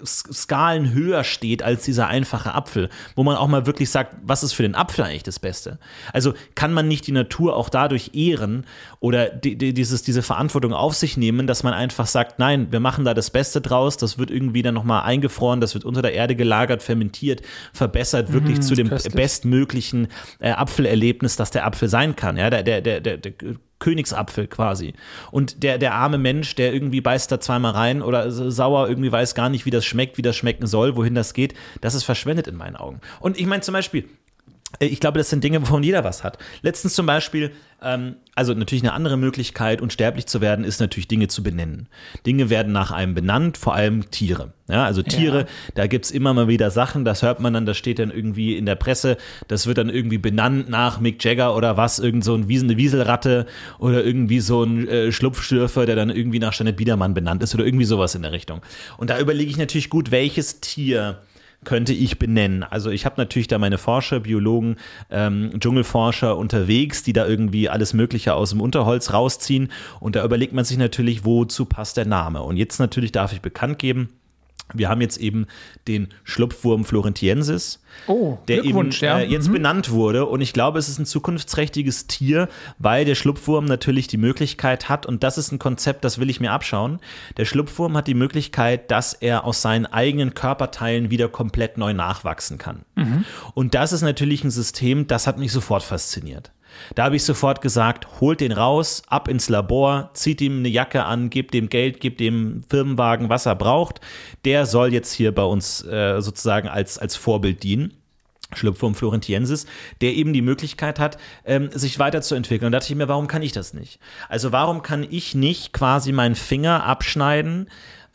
Skalen höher steht als dieser einfache Apfel, wo man auch mal wirklich sagt, was ist für den Apfel eigentlich das Beste? Also kann man nicht die Natur auch dadurch ehren oder diese Verantwortung auf sich nehmen, dass man einfach sagt, nein, wir machen da das Beste draus, das wird irgendwie dann nochmal eingefroren, das wird unter der Erde gelagert, fermentiert, verbessert, wirklich zu dem bestmöglichen Apfelerlebnis, das der Apfel sein kann, ja, der Königsapfel quasi. Und der arme Mensch, der irgendwie beißt da zweimal rein oder sauer irgendwie weiß gar nicht, wie das schmecken soll, wohin das geht, das ist verschwendet in meinen Augen. Und ich meine zum Beispiel, ich glaube, das sind Dinge, wovon jeder was hat. Letztens zum Beispiel, also natürlich eine andere Möglichkeit, unsterblich zu werden, ist natürlich Dinge zu benennen. Dinge werden nach einem benannt, vor allem Tiere. Ja, also Tiere, da gibt's immer mal wieder Sachen, das hört man dann, das steht dann irgendwie in der Presse, das wird dann irgendwie benannt nach Mick Jagger oder was, irgend so eine Wieselratte oder irgendwie so ein Schlupfstürfer, der dann irgendwie nach Jeanette Biedermann benannt ist oder irgendwie sowas in der Richtung. Und da überlege ich natürlich gut, welches Tier könnte ich benennen. Also ich habe natürlich da meine Forscher, Biologen, Dschungelforscher unterwegs, die da irgendwie alles Mögliche aus dem Unterholz rausziehen und da überlegt man sich natürlich, wozu passt der Name. Und jetzt natürlich darf ich bekannt geben, wir haben jetzt eben den Schlupfwurm Florentiensis, der eben jetzt benannt wurde. Und ich glaube, es ist ein zukunftsträchtiges Tier, weil der Schlupfwurm natürlich die Möglichkeit hat, und das ist ein Konzept, das will ich mir abschauen, der Schlupfwurm hat die Möglichkeit, dass er aus seinen eigenen Körperteilen wieder komplett neu nachwachsen kann. Und das ist natürlich ein System, das hat mich sofort fasziniert. Da habe ich sofort gesagt, holt den raus, ab ins Labor, zieht ihm eine Jacke an, gebt dem Geld, gebt dem Firmenwagen, was er braucht. Der soll jetzt hier bei uns sozusagen als Vorbild dienen. Schlupfwurm Florentiensis, der eben die Möglichkeit hat, sich weiterzuentwickeln. Und da dachte ich mir, warum kann ich das nicht? Also warum kann ich nicht quasi meinen Finger abschneiden,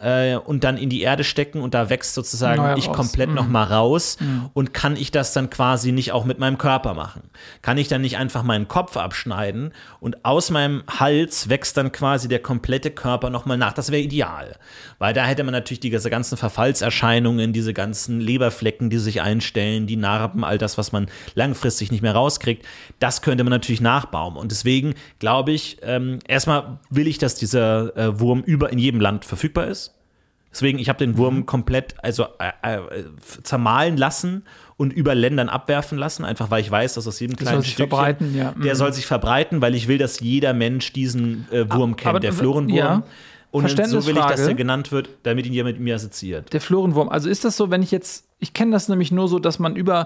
und dann in die Erde stecken und da wächst sozusagen ich komplett nochmal raus und kann ich das dann quasi nicht auch mit meinem Körper machen? Kann ich dann nicht einfach meinen Kopf abschneiden und aus meinem Hals wächst dann quasi der komplette Körper nochmal nach? Das wäre ideal, weil da hätte man natürlich diese ganzen Verfallserscheinungen, diese ganzen Leberflecken, die sich einstellen, die Narben, all das, was man langfristig nicht mehr rauskriegt, das könnte man natürlich nachbauen und deswegen glaube ich, erstmal will ich, dass dieser Wurm in jedem Land verfügbar ist. Deswegen, ich habe den Wurm komplett zermahlen lassen und über Ländern abwerfen lassen, einfach weil ich weiß, dass aus jedem kleinen Stückchen, der soll sich verbreiten, weil ich will, dass jeder Mensch diesen Wurm kennt, der Florenwurm. Ja. Und so will ich, dass der genannt wird, damit ihn jemand mit mir assoziiert. Der Florenwurm. Also ist das so, wenn ich kenne das nämlich nur so, dass man über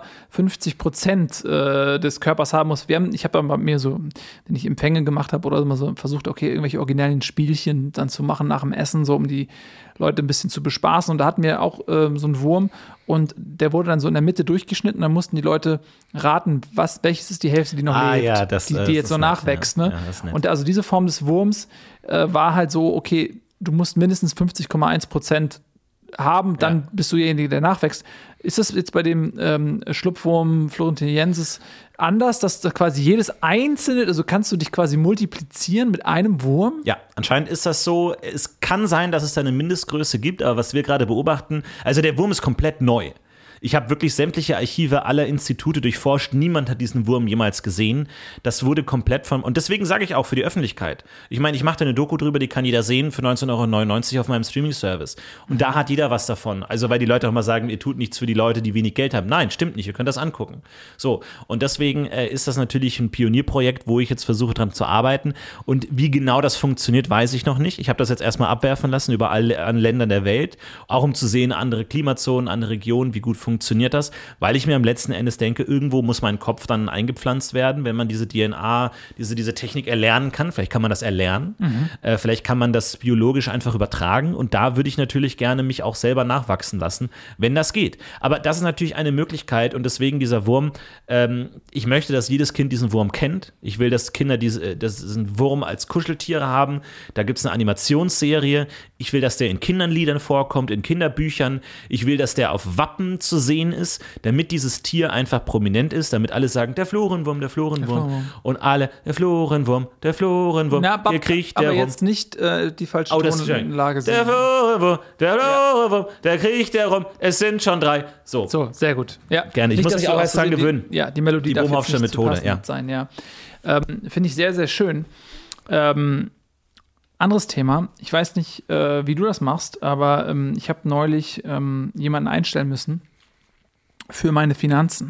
50% des Körpers haben muss. Ich habe bei mir so, wenn ich Empfänge gemacht habe oder mal so versucht, okay, irgendwelche originellen Spielchen dann zu machen nach dem Essen, so um die Leute ein bisschen zu bespaßen. Und da hatten wir auch so einen Wurm und der wurde dann so in der Mitte durchgeschnitten. Da mussten die Leute raten, welches ist die Hälfte, die noch lebt, ja, die jetzt so nachwächst. Ne? Ja, und also diese Form des Wurms war halt so, okay, du musst mindestens 50,1% haben, dann bist du derjenige, der nachwächst. Ist das jetzt bei dem Schlupfwurm Florentiensis anders, dass da quasi jedes einzelne, also kannst du dich quasi multiplizieren mit einem Wurm? Ja, anscheinend ist das so. Es kann sein, dass es da eine Mindestgröße gibt, aber was wir gerade beobachten, also der Wurm ist komplett neu. Ich habe wirklich sämtliche Archive aller Institute durchforscht. Niemand hat diesen Wurm jemals gesehen. Das wurde komplett und deswegen sage ich auch für die Öffentlichkeit. Ich meine, ich mache da eine Doku drüber, die kann jeder sehen für 19,99 € auf meinem Streaming-Service. Und da hat jeder was davon. Also, weil die Leute auch mal sagen, ihr tut nichts für die Leute, die wenig Geld haben. Nein, stimmt nicht. Ihr könnt das angucken. So. Und deswegen ist das natürlich ein Pionierprojekt, wo ich jetzt versuche, dran zu arbeiten. Und wie genau das funktioniert, weiß ich noch nicht. Ich habe das jetzt erstmal abwerfen lassen über alle Länder der Welt, auch um zu sehen, andere Klimazonen, andere Regionen, wie gut funktioniert das, weil ich mir am letzten Endes denke, irgendwo muss mein Kopf dann eingepflanzt werden, wenn man diese DNA, diese Technik erlernen kann. Vielleicht kann man das erlernen, vielleicht kann man das biologisch einfach übertragen und da würde ich natürlich gerne mich auch selber nachwachsen lassen, wenn das geht. Aber das ist natürlich eine Möglichkeit und deswegen dieser Wurm, ich möchte, dass jedes Kind diesen Wurm kennt. Ich will, dass Kinder diesen Wurm als Kuscheltiere haben. Da gibt es eine Animationsserie. Ich will, dass der in Kinderliedern vorkommt, in Kinderbüchern. Ich will, dass der auf Wappen zu sehen ist, damit dieses Tier einfach prominent ist, damit alle sagen, der Florenwurm, der Florenwurm. Und alle, der Florenwurm, der Florenwurm. Na, Hier kriegt der aber rum. jetzt nicht die falsche Tonlage sehen. Der Florenwurm, der kriegt der rum. Es sind schon 3. So, sehr gut. Ja. Gerne. Ich muss mich auch erst dran gewöhnen. Die Melodie die darf jetzt nicht zu Methode, passend sein. Ja. Finde ich sehr, sehr schön. Anderes Thema. Ich weiß nicht, wie du das machst, aber ich habe neulich jemanden einstellen müssen für meine Finanzen.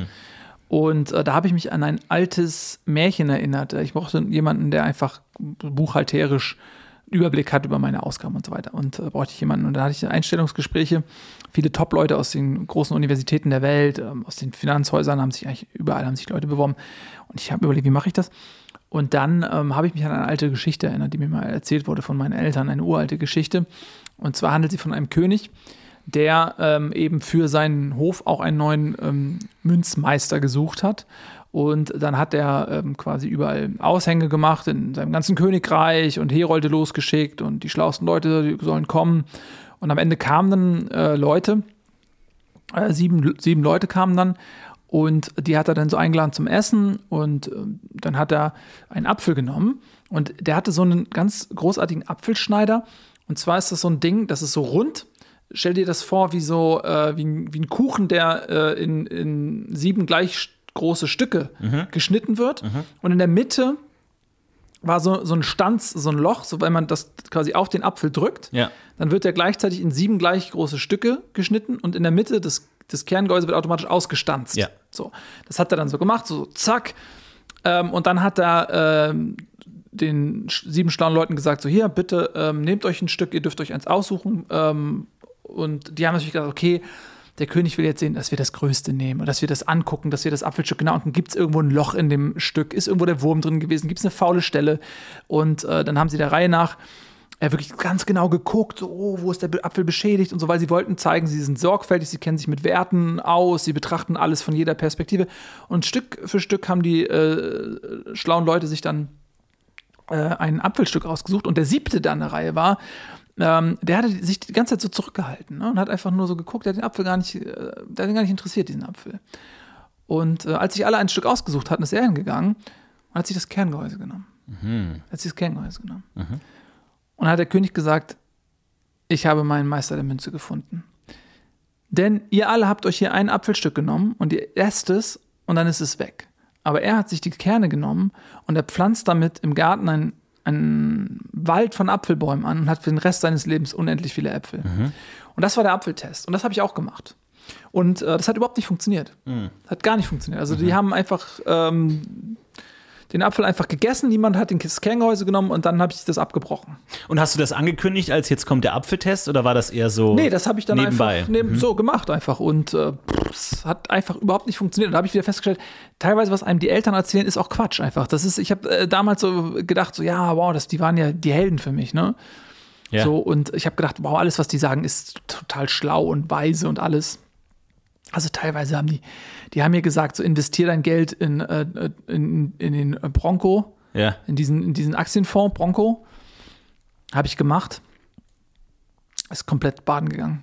Und da habe ich mich an ein altes Märchen erinnert. Ich brauchte jemanden, der einfach buchhalterisch Überblick hat über meine Ausgaben und so weiter. Und brauchte ich jemanden. Und da hatte ich Einstellungsgespräche. Viele Top-Leute aus den großen Universitäten der Welt, aus den Finanzhäusern haben sich Leute beworben. Und ich habe überlegt, wie mache ich das? Und dann habe ich mich an eine alte Geschichte erinnert, die mir mal erzählt wurde von meinen Eltern, eine uralte Geschichte. Und zwar handelt sie von einem König, der eben für seinen Hof auch einen neuen Münzmeister gesucht hat. Und dann hat er quasi überall Aushänge gemacht in seinem ganzen Königreich und Herolde losgeschickt und die schlauesten Leute, die sollen kommen. Und am Ende kamen dann Leute, 7 Leute kamen dann. Und die hat er dann so eingeladen zum Essen und dann hat er einen Apfel genommen und der hatte so einen ganz großartigen Apfelschneider und zwar ist das so ein Ding, das ist so rund. Stell dir das vor wie ein Kuchen, der in 7 gleich große Stücke geschnitten wird und in der Mitte war so ein Stanz, so ein Loch, so wenn man das quasi auf den Apfel drückt, dann wird der gleichzeitig in 7 gleich große Stücke geschnitten und in der Mitte das Kerngehäuse wird automatisch ausgestanzt. Ja. So, das hat er dann so gemacht, so zack. Und dann hat er den 7 schlauen Leuten gesagt, so hier, bitte nehmt euch ein Stück, ihr dürft euch eins aussuchen. Und die haben natürlich gesagt, okay, der König will jetzt sehen, dass wir das Größte nehmen und dass wir das angucken, dass wir das Apfelstück, genau, und dann gibt es irgendwo ein Loch in dem Stück, ist irgendwo der Wurm drin gewesen, gibt es eine faule Stelle. Und dann haben sie der Reihe nach wirklich ganz genau geguckt, so, wo ist der Apfel beschädigt und so, weil sie wollten zeigen, sie sind sorgfältig, sie kennen sich mit Werten aus, sie betrachten alles von jeder Perspektive. Und Stück für Stück haben die schlauen Leute sich dann ein Apfelstück ausgesucht und der 7. dann in der Reihe war, der hatte sich die ganze Zeit so zurückgehalten, ne, und hat einfach nur so geguckt, der hat den Apfel der hat ihn gar nicht interessiert, diesen Apfel. Und als sich alle ein Stück ausgesucht hatten, ist er hingegangen und hat sich das Kerngehäuse genommen. Und dann hat der König gesagt, ich habe meinen Meister der Münze gefunden. Denn ihr alle habt euch hier ein Apfelstück genommen und ihr esst es und dann ist es weg. Aber er hat sich die Kerne genommen und er pflanzt damit im Garten einen Wald von Apfelbäumen an und hat für den Rest seines Lebens unendlich viele Äpfel. Und das war der Apfeltest. Und das habe ich auch gemacht. Und das hat überhaupt nicht funktioniert. Hat gar nicht funktioniert. Also die haben einfach den Apfel einfach gegessen, niemand hat das Kerngehäuse genommen und dann habe ich das abgebrochen. Und hast du das angekündigt, als jetzt kommt der Apfeltest oder war das eher so Nee, das habe ich dann nebenbei? Einfach so gemacht einfach und es hat einfach überhaupt nicht funktioniert. Und da habe ich wieder festgestellt, teilweise, was einem die Eltern erzählen, ist auch Quatsch einfach. Ich habe damals so gedacht, so ja, wow, die waren ja die Helden für mich, ne? Ja. So, und ich habe gedacht, wow, alles, was die sagen, ist total schlau und weise und alles. Also teilweise haben die haben mir gesagt, so investier dein Geld in den Bronco, in diesen Aktienfonds Bronco. Habe ich gemacht. Ist komplett baden gegangen.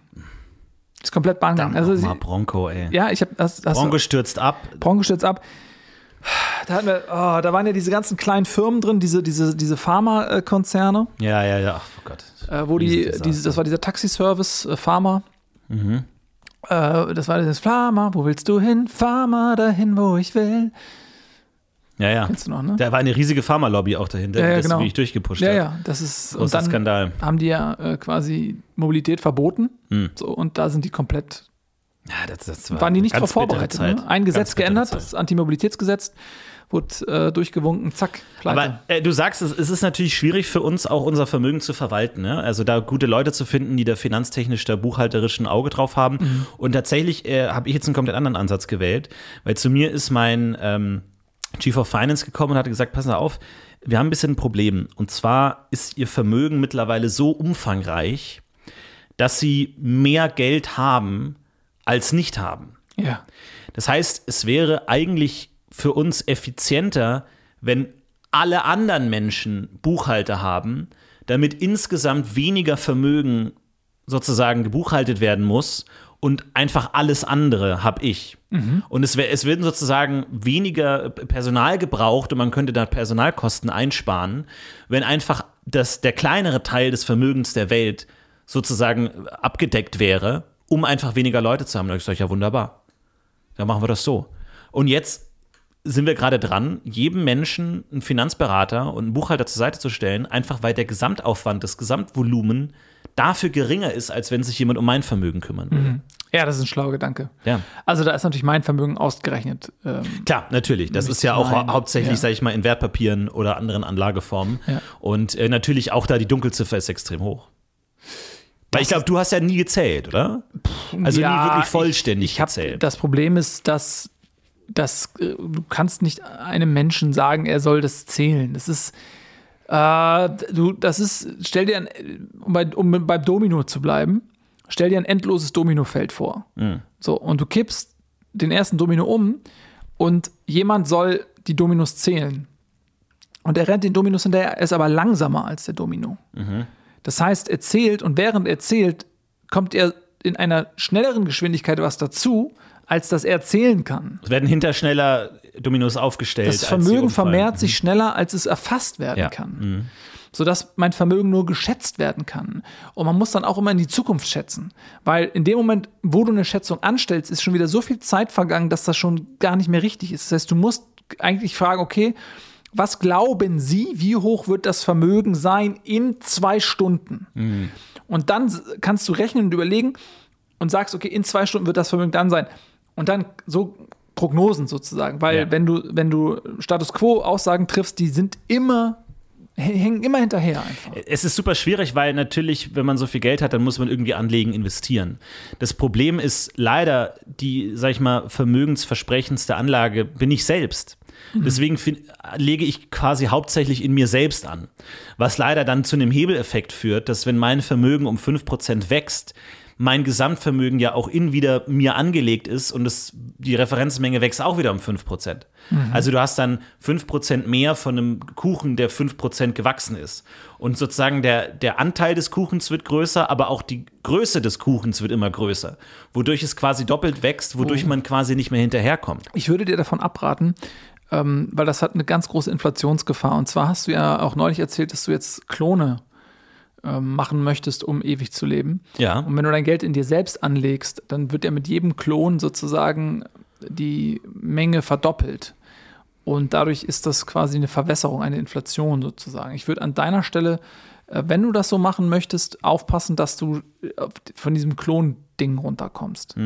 Also Bronco, ey. Ja, ich habe Bronco stürzt ab. Da waren ja diese ganzen kleinen Firmen drin, diese Pharma-Konzerne. Ja. Oh Gott. Das war dieser Taxiservice Pharma. Das war das Farmer, wo willst du hin? Farmer, dahin, wo ich will. Ja. Kennst du noch, ne? Da war eine riesige Pharma-Lobby auch dahinter, die das wirklich durchgepusht hat. Ja, das ist großer Skandal. Haben die ja quasi Mobilität verboten. So, und da sind die komplett. Ja, das waren die nicht darauf vorbereitet. Ne? Ein Gesetz geändert, Zeit. das Antimobilitätsgesetz, wurde durchgewunken, zack, pleite. Aber du sagst, es ist natürlich schwierig für uns, auch unser Vermögen zu verwalten. Ne? Also da gute Leute zu finden, die da finanztechnisch, da buchhalterisch ein Auge drauf haben. Und tatsächlich habe ich jetzt einen komplett anderen Ansatz gewählt, weil zu mir ist mein Chief of Finance gekommen und hat gesagt, pass mal auf, wir haben ein bisschen ein Problem. Und zwar ist ihr Vermögen mittlerweile so umfangreich, dass sie mehr Geld haben, als nicht haben. Ja. Das heißt, es wäre eigentlich für uns effizienter, wenn alle anderen Menschen Buchhalter haben, damit insgesamt weniger Vermögen sozusagen gebuchhaltet werden muss und einfach alles andere habe ich. Und es werden sozusagen weniger Personal gebraucht und man könnte da Personalkosten einsparen, wenn einfach der kleinere Teil des Vermögens der Welt sozusagen abgedeckt wäre, um einfach weniger Leute zu haben. Da sage ich, ja wunderbar, dann machen wir das so. Und jetzt sind wir gerade dran, jedem Menschen einen Finanzberater und einen Buchhalter zur Seite zu stellen, einfach weil der Gesamtaufwand, das Gesamtvolumen dafür geringer ist, als wenn sich jemand um mein Vermögen kümmern würde. Ja, das ist ein schlauer Gedanke. Ja. Also da ist natürlich mein Vermögen ausgerechnet. Klar, natürlich. Das ist ja auch hauptsächlich, sage ich mal, in Wertpapieren oder anderen Anlageformen. Ja. Und natürlich auch da die Dunkelziffer ist extrem hoch. Weil ich glaube, du hast ja nie gezählt, oder? Also nie wirklich vollständig gezählt. Das Problem ist, dass du kannst nicht einem Menschen sagen, er soll das zählen. Das ist, stell dir um beim Domino zu bleiben, stell dir ein endloses Dominofeld vor. So, und du kippst den ersten Domino um und jemand soll die Dominos zählen. Und er rennt den Dominos hinterher, er ist aber langsamer als der Domino. Das heißt, er zählt und während er zählt, kommt er in einer schnelleren Geschwindigkeit was dazu, als dass er zählen kann. Es werden hinter schneller Dominos aufgestellt. Das Vermögen vermehrt sich schneller, als es erfasst werden kann. Sodass mein Vermögen nur geschätzt werden kann. Und man muss dann auch immer in die Zukunft schätzen. Weil in dem Moment, wo du eine Schätzung anstellst, ist schon wieder so viel Zeit vergangen, dass das schon gar nicht mehr richtig ist. Das heißt, du musst eigentlich fragen, okay, was glauben Sie, wie hoch wird das Vermögen sein in 2 Stunden? Und dann kannst du rechnen und überlegen und sagst, okay, in 2 Stunden wird das Vermögen dann sein. Und dann so Prognosen sozusagen. Weil wenn du Status Quo-Aussagen triffst, die sind hängen immer hinterher einfach. Es ist super schwierig, weil natürlich, wenn man so viel Geld hat, dann muss man irgendwie anlegen, investieren. Das Problem ist leider, die, sag ich mal, vermögensversprechendste Anlage bin ich selbst. Deswegen lege ich quasi hauptsächlich in mir selbst an. Was leider dann zu einem Hebeleffekt führt, dass wenn mein Vermögen um 5% wächst, mein Gesamtvermögen ja auch wieder mir angelegt ist und die Referenzmenge wächst auch wieder um 5%. Also du hast dann 5% mehr von einem Kuchen, der 5% gewachsen ist. Und sozusagen der Anteil des Kuchens wird größer, aber auch die Größe des Kuchens wird immer größer. Wodurch es quasi doppelt wächst, wodurch man quasi nicht mehr hinterherkommt. Ich würde dir davon abraten, weil das hat eine ganz große Inflationsgefahr. Und zwar hast du ja auch neulich erzählt, dass du jetzt Klone machen möchtest, um ewig zu leben. Ja. Und wenn du dein Geld in dir selbst anlegst, dann wird ja mit jedem Klon sozusagen die Menge verdoppelt. Und dadurch ist das quasi eine Verwässerung, eine Inflation sozusagen. Ich würde an deiner Stelle, wenn du das so machen möchtest, aufpassen, dass du von diesem Klon-Ding runterkommst.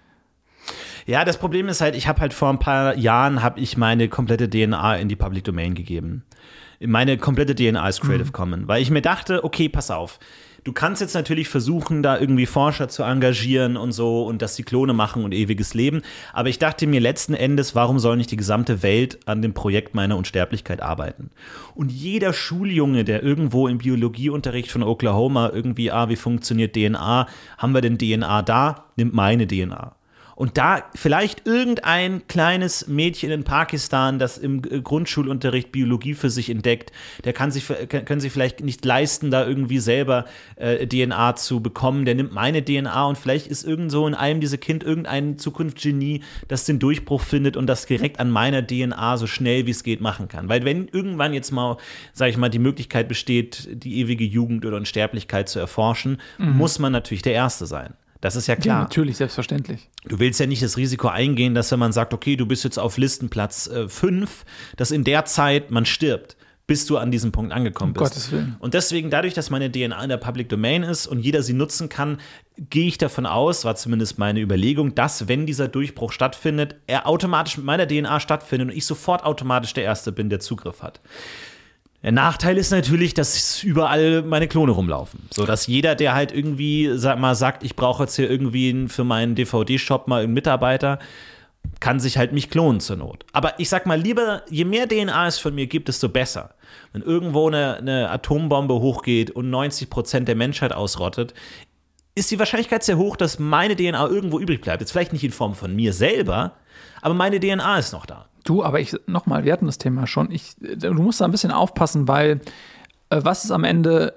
Ja, das Problem ist halt, ich habe halt vor ein paar Jahren meine komplette DNA in die Public Domain gegeben. Meine komplette DNA ist Creative Commons, weil ich mir dachte, okay, pass auf, du kannst jetzt natürlich versuchen, da irgendwie Forscher zu engagieren und so und dass die Klone machen und ewiges Leben, aber ich dachte mir letzten Endes, warum soll nicht die gesamte Welt an dem Projekt meiner Unsterblichkeit arbeiten? Und jeder Schuljunge, der irgendwo im Biologieunterricht von Oklahoma irgendwie, wie funktioniert DNA, haben wir denn DNA da, nimmt meine DNA. Und da vielleicht irgendein kleines Mädchen in Pakistan, das im Grundschulunterricht Biologie für sich entdeckt, können sich vielleicht nicht leisten, da irgendwie selber DNA zu bekommen. Der nimmt meine DNA und vielleicht ist irgend so in einem dieser Kind irgendein Zukunftsgenie, das den Durchbruch findet und das direkt an meiner DNA so schnell wie es geht machen kann. Weil wenn irgendwann jetzt mal, sag ich mal, die Möglichkeit besteht, die ewige Jugend oder Unsterblichkeit zu erforschen, muss man natürlich der Erste sein. Das ist ja klar. Ja, natürlich, selbstverständlich. Du willst ja nicht das Risiko eingehen, dass wenn man sagt, okay, du bist jetzt auf Listenplatz 5, dass in der Zeit man stirbt, bis du an diesem Punkt angekommen bist. Gottes Willen. Und deswegen, dadurch, dass meine DNA in der Public Domain ist und jeder sie nutzen kann, gehe ich davon aus, war zumindest meine Überlegung, dass, wenn dieser Durchbruch stattfindet, er automatisch mit meiner DNA stattfindet und ich sofort automatisch der Erste bin, der Zugriff hat. Der Nachteil ist natürlich, dass überall meine Klone rumlaufen. So dass jeder, der halt irgendwie sagt, ich brauche jetzt hier irgendwie für meinen DVD-Shop mal einen Mitarbeiter, kann sich halt mich klonen zur Not. Aber ich sag mal lieber, je mehr DNA es von mir gibt, desto besser. Wenn irgendwo eine Atombombe hochgeht und 90% der Menschheit ausrottet, ist die Wahrscheinlichkeit sehr hoch, dass meine DNA irgendwo übrig bleibt. Jetzt vielleicht nicht in Form von mir selber, aber meine DNA ist noch da. Du, aber wir hatten das Thema schon. Du musst da ein bisschen aufpassen, weil was ist am Ende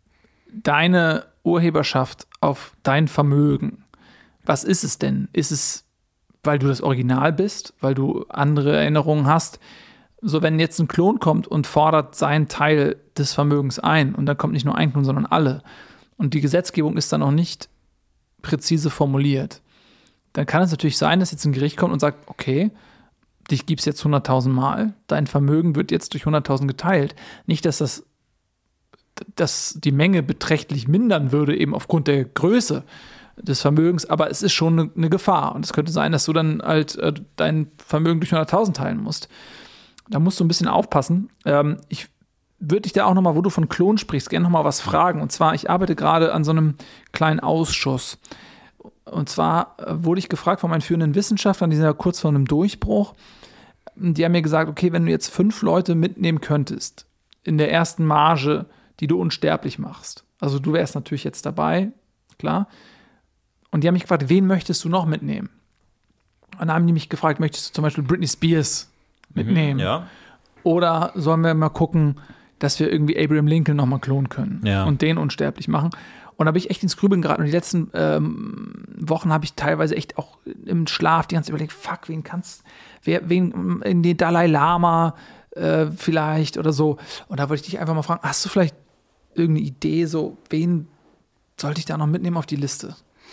deine Urheberschaft auf dein Vermögen? Was ist es denn? Ist es, weil du das Original bist, weil du andere Erinnerungen hast? So, wenn jetzt ein Klon kommt und fordert seinen Teil des Vermögens ein und dann kommt nicht nur ein Klon, sondern alle und die Gesetzgebung ist dann noch nicht präzise formuliert, dann kann es natürlich sein, dass jetzt ein Gericht kommt und sagt, okay, dich gibt's jetzt 100.000 Mal, dein Vermögen wird jetzt durch 100.000 geteilt. Nicht, dass die Menge beträchtlich mindern würde, eben aufgrund der Größe des Vermögens, aber es ist schon eine Gefahr. Und es könnte sein, dass du dann halt dein Vermögen durch 100.000 teilen musst. Da musst du ein bisschen aufpassen. Ich würde dich da auch nochmal, wo du von Klon sprichst, gerne nochmal was fragen. Und zwar, ich arbeite gerade an so einem kleinen Ausschuss. Und zwar wurde ich gefragt von meinen führenden Wissenschaftlern, die sind ja kurz vor einem Durchbruch. Die haben mir gesagt, okay, wenn du jetzt 5 Leute mitnehmen könntest in der ersten Marge, die du unsterblich machst. Also du wärst natürlich jetzt dabei, klar. Und die haben mich gefragt, wen möchtest du noch mitnehmen? Und dann haben die mich gefragt, möchtest du zum Beispiel Britney Spears mitnehmen? Ja. Oder sollen wir mal gucken, dass wir irgendwie Abraham Lincoln noch mal klonen können und den unsterblich machen? Und da bin ich echt ins Grübeln geraten. Und die letzten Wochen habe ich teilweise echt auch im Schlaf die ganze Zeit überlegt, fuck, wen in den Dalai Lama vielleicht oder so. Und da wollte ich dich einfach mal fragen, hast du vielleicht irgendeine Idee, so, wen sollte ich da noch mitnehmen auf die Liste?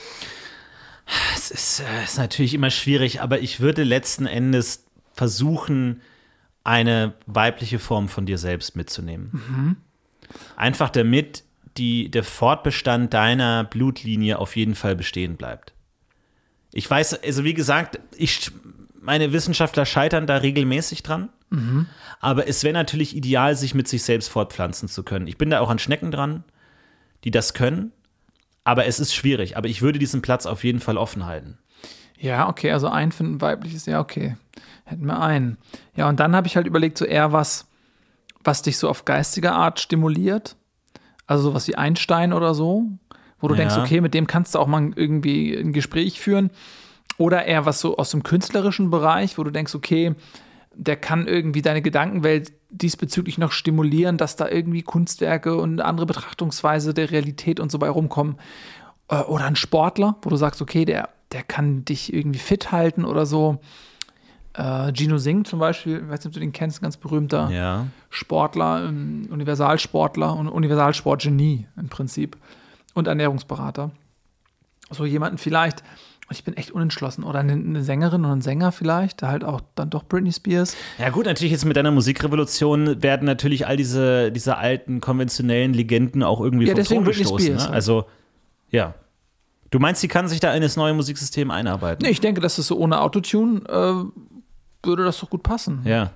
Es ist natürlich immer schwierig, aber ich würde letzten Endes versuchen, eine weibliche Form von dir selbst mitzunehmen. Mhm. Einfach damit der Fortbestand deiner Blutlinie auf jeden Fall bestehen bleibt. Ich weiß, also wie gesagt, meine Wissenschaftler scheitern da regelmäßig dran, aber es wäre natürlich ideal, sich mit sich selbst fortpflanzen zu können. Ich bin da auch an Schnecken dran, die das können, aber es ist schwierig. Aber ich würde diesen Platz auf jeden Fall offen halten. Ja, okay, also ein für ein weibliches, ja, okay. Hätten wir einen. Ja, und dann habe ich halt überlegt, so eher was dich so auf geistige Art stimuliert. Also sowas wie Einstein oder so, wo du denkst, okay, mit dem kannst du auch mal irgendwie ein Gespräch führen. Oder eher was so aus dem künstlerischen Bereich, wo du denkst, okay, der kann irgendwie deine Gedankenwelt diesbezüglich noch stimulieren, dass da irgendwie Kunstwerke und eine andere Betrachtungsweise der Realität und so bei rumkommen. Oder ein Sportler, wo du sagst, okay, der kann dich irgendwie fit halten oder so. Gino Singh zum Beispiel, ich weiß nicht, ob du den kennst, ein ganz berühmter Sportler, Universalsportler und Universalsportgenie im Prinzip und Ernährungsberater. So jemanden vielleicht, ich bin echt unentschlossen, oder eine Sängerin oder ein Sänger vielleicht, halt auch dann doch Britney Spears. Ja gut, natürlich jetzt mit deiner Musikrevolution werden natürlich all diese alten konventionellen Legenden auch irgendwie vom Thron gestoßen. Ne? Also, ja. Du meinst, sie kann sich da in das neue Musiksystem einarbeiten? Nee, ich denke, dass das so ohne Autotune würde das doch gut passen. Ja.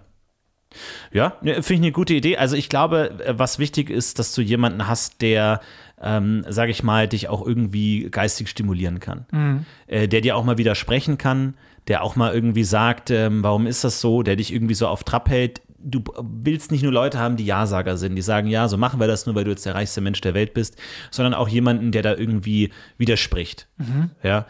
Ja, finde ich eine gute Idee. Also ich glaube, was wichtig ist, dass du jemanden hast, der, sage ich mal, dich auch irgendwie geistig stimulieren kann. Mhm. Der dir auch mal widersprechen kann, der auch mal irgendwie sagt, warum ist das so, der dich irgendwie so auf Trab hält. Du willst nicht nur Leute haben, die Ja-Sager sind, die sagen, ja, so machen wir das nur, weil du jetzt der reichste Mensch der Welt bist, sondern auch jemanden, der da irgendwie widerspricht. Mhm. Ja,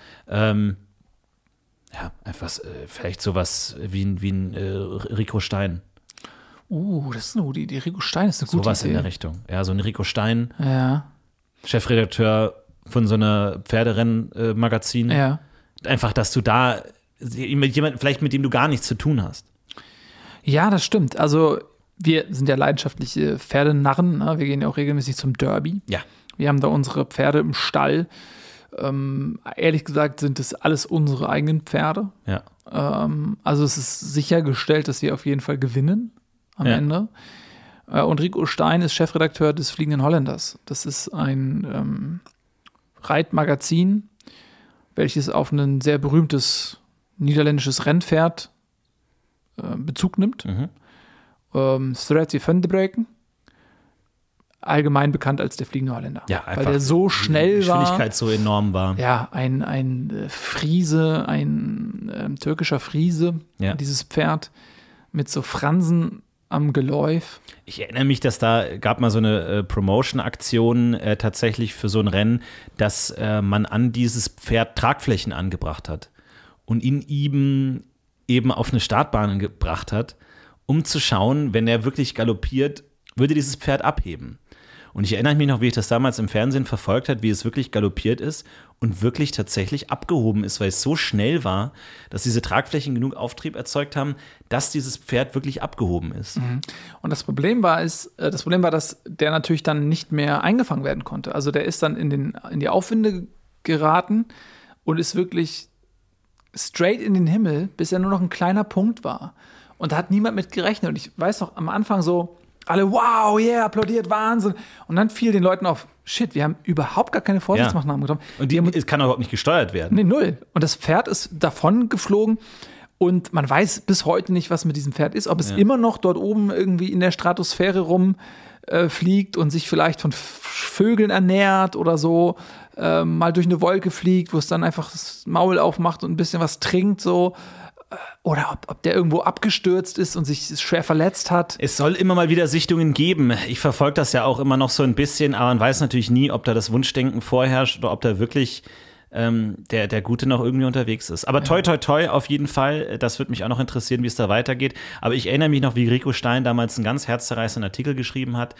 einfach vielleicht sowas wie ein Rico Stein. Das ist eine gute Idee. Rico Stein ist eine gute sowas Idee. In der Richtung. Ja, so ein Rico Stein, ja. Chefredakteur von so einer Pferderennen-Magazin. Ja. Einfach, dass du da mit jemandem, vielleicht mit dem du gar nichts zu tun hast. Ja, das stimmt. Also wir sind ja leidenschaftliche Pferdenarren. Ne? Wir gehen ja auch regelmäßig zum Derby. Ja. Wir haben da unsere Pferde im Stall. Ehrlich gesagt sind das alles unsere eigenen Pferde. Ja. Also es ist sichergestellt, dass wir auf jeden Fall gewinnen am Ende. Und Rico Stein ist Chefredakteur des Fliegenden Holländers. Das ist ein Reitmagazin, welches auf ein sehr berühmtes niederländisches Rennpferd Bezug nimmt. Straatje van der Breken. Allgemein bekannt als der Fliegende Holländer. Ja, einfach, weil der so schnell die Geschwindigkeit so enorm war. Ja, ein Friese, ein türkischer Friese, dieses Pferd mit so Fransen am Geläuf. Ich erinnere mich, dass gab mal so eine Promotion-Aktion tatsächlich für so ein Rennen, dass man an dieses Pferd Tragflächen angebracht hat und ihn eben auf eine Startbahn gebracht hat, um zu schauen, wenn er wirklich galoppiert, würde dieses Pferd abheben. Und ich erinnere mich noch, wie ich das damals im Fernsehen verfolgt habe, wie es wirklich galoppiert ist und wirklich tatsächlich abgehoben ist, weil es so schnell war, dass diese Tragflächen genug Auftrieb erzeugt haben, dass dieses Pferd wirklich abgehoben ist. Und das Problem war, dass der natürlich dann nicht mehr eingefangen werden konnte. Also der ist dann in die Aufwinde geraten und ist wirklich straight in den Himmel, bis er nur noch ein kleiner Punkt war. Und da hat niemand mit gerechnet. Und ich weiß noch, am Anfang so, alle, wow, yeah, applaudiert, Wahnsinn. Und dann fiel den Leuten auf, shit, wir haben überhaupt gar keine Vorsichtsmaßnahmen getroffen. Und es kann überhaupt nicht gesteuert werden. Nee, null. Und das Pferd ist davon geflogen und man weiß bis heute nicht, was mit diesem Pferd ist. Ob es immer noch dort oben irgendwie in der Stratosphäre rumfliegt und sich vielleicht von Vögeln ernährt oder so, mal durch eine Wolke fliegt, wo es dann einfach das Maul aufmacht und ein bisschen was trinkt, so. Oder ob der irgendwo abgestürzt ist und sich schwer verletzt hat. Es soll immer mal wieder Sichtungen geben. Ich verfolge das ja auch immer noch so ein bisschen, aber man weiß natürlich nie, ob da das Wunschdenken vorherrscht oder ob da wirklich der Gute noch irgendwie unterwegs ist. Aber toi, toi, toi, auf jeden Fall. Das würde mich auch noch interessieren, wie es da weitergeht. Aber ich erinnere mich noch, wie Rico Stein damals einen ganz herzzerreißenden Artikel geschrieben hat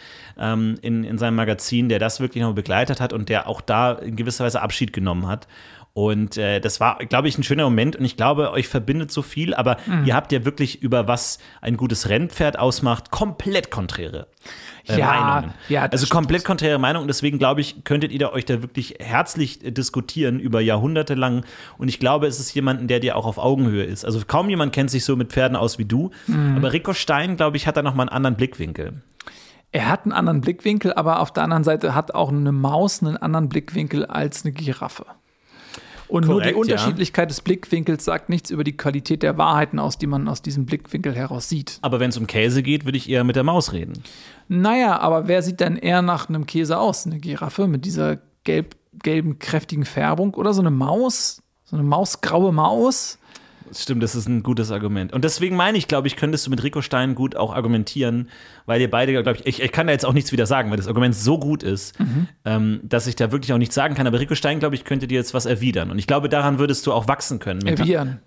in seinem Magazin, der das wirklich noch begleitet hat und der auch da in gewisser Weise Abschied genommen hat. Und das war, glaube ich, ein schöner Moment. Und ich glaube, euch verbindet so viel. Aber ihr habt ja wirklich über was ein gutes Rennpferd ausmacht, komplett konträre Meinungen. Ja, also komplett konträre Meinungen. Und deswegen, glaube ich, könntet ihr euch da wirklich herzlich diskutieren über Jahrhunderte lang. Und ich glaube, es ist jemanden, der dir auch auf Augenhöhe ist. Also kaum jemand kennt sich so mit Pferden aus wie du. Aber Rico Stein, glaube ich, hat da noch mal einen anderen Blickwinkel. Er hat einen anderen Blickwinkel, aber auf der anderen Seite hat auch eine Maus einen anderen Blickwinkel als eine Giraffe. Und korrekt, nur die Unterschiedlichkeit des Blickwinkels sagt nichts über die Qualität der Wahrheiten aus, die man aus diesem Blickwinkel heraus sieht. Aber wenn es um Käse geht, würde ich eher mit der Maus reden. Naja, aber wer sieht denn eher nach einem Käse aus? Eine Giraffe mit dieser gelben, kräftigen Färbung oder so eine Maus? So eine mausgraue Maus? Stimmt, das ist ein gutes Argument. Und deswegen meine ich, glaube ich, könntest du mit Rico Stein gut auch argumentieren, weil ihr beide, glaube ich kann da jetzt auch nichts wieder sagen, weil das Argument so gut ist, dass ich da wirklich auch nichts sagen kann. Aber Rico Stein, glaube ich, könnte dir jetzt was erwidern. Und ich glaube, daran würdest du auch wachsen können. Erwidern.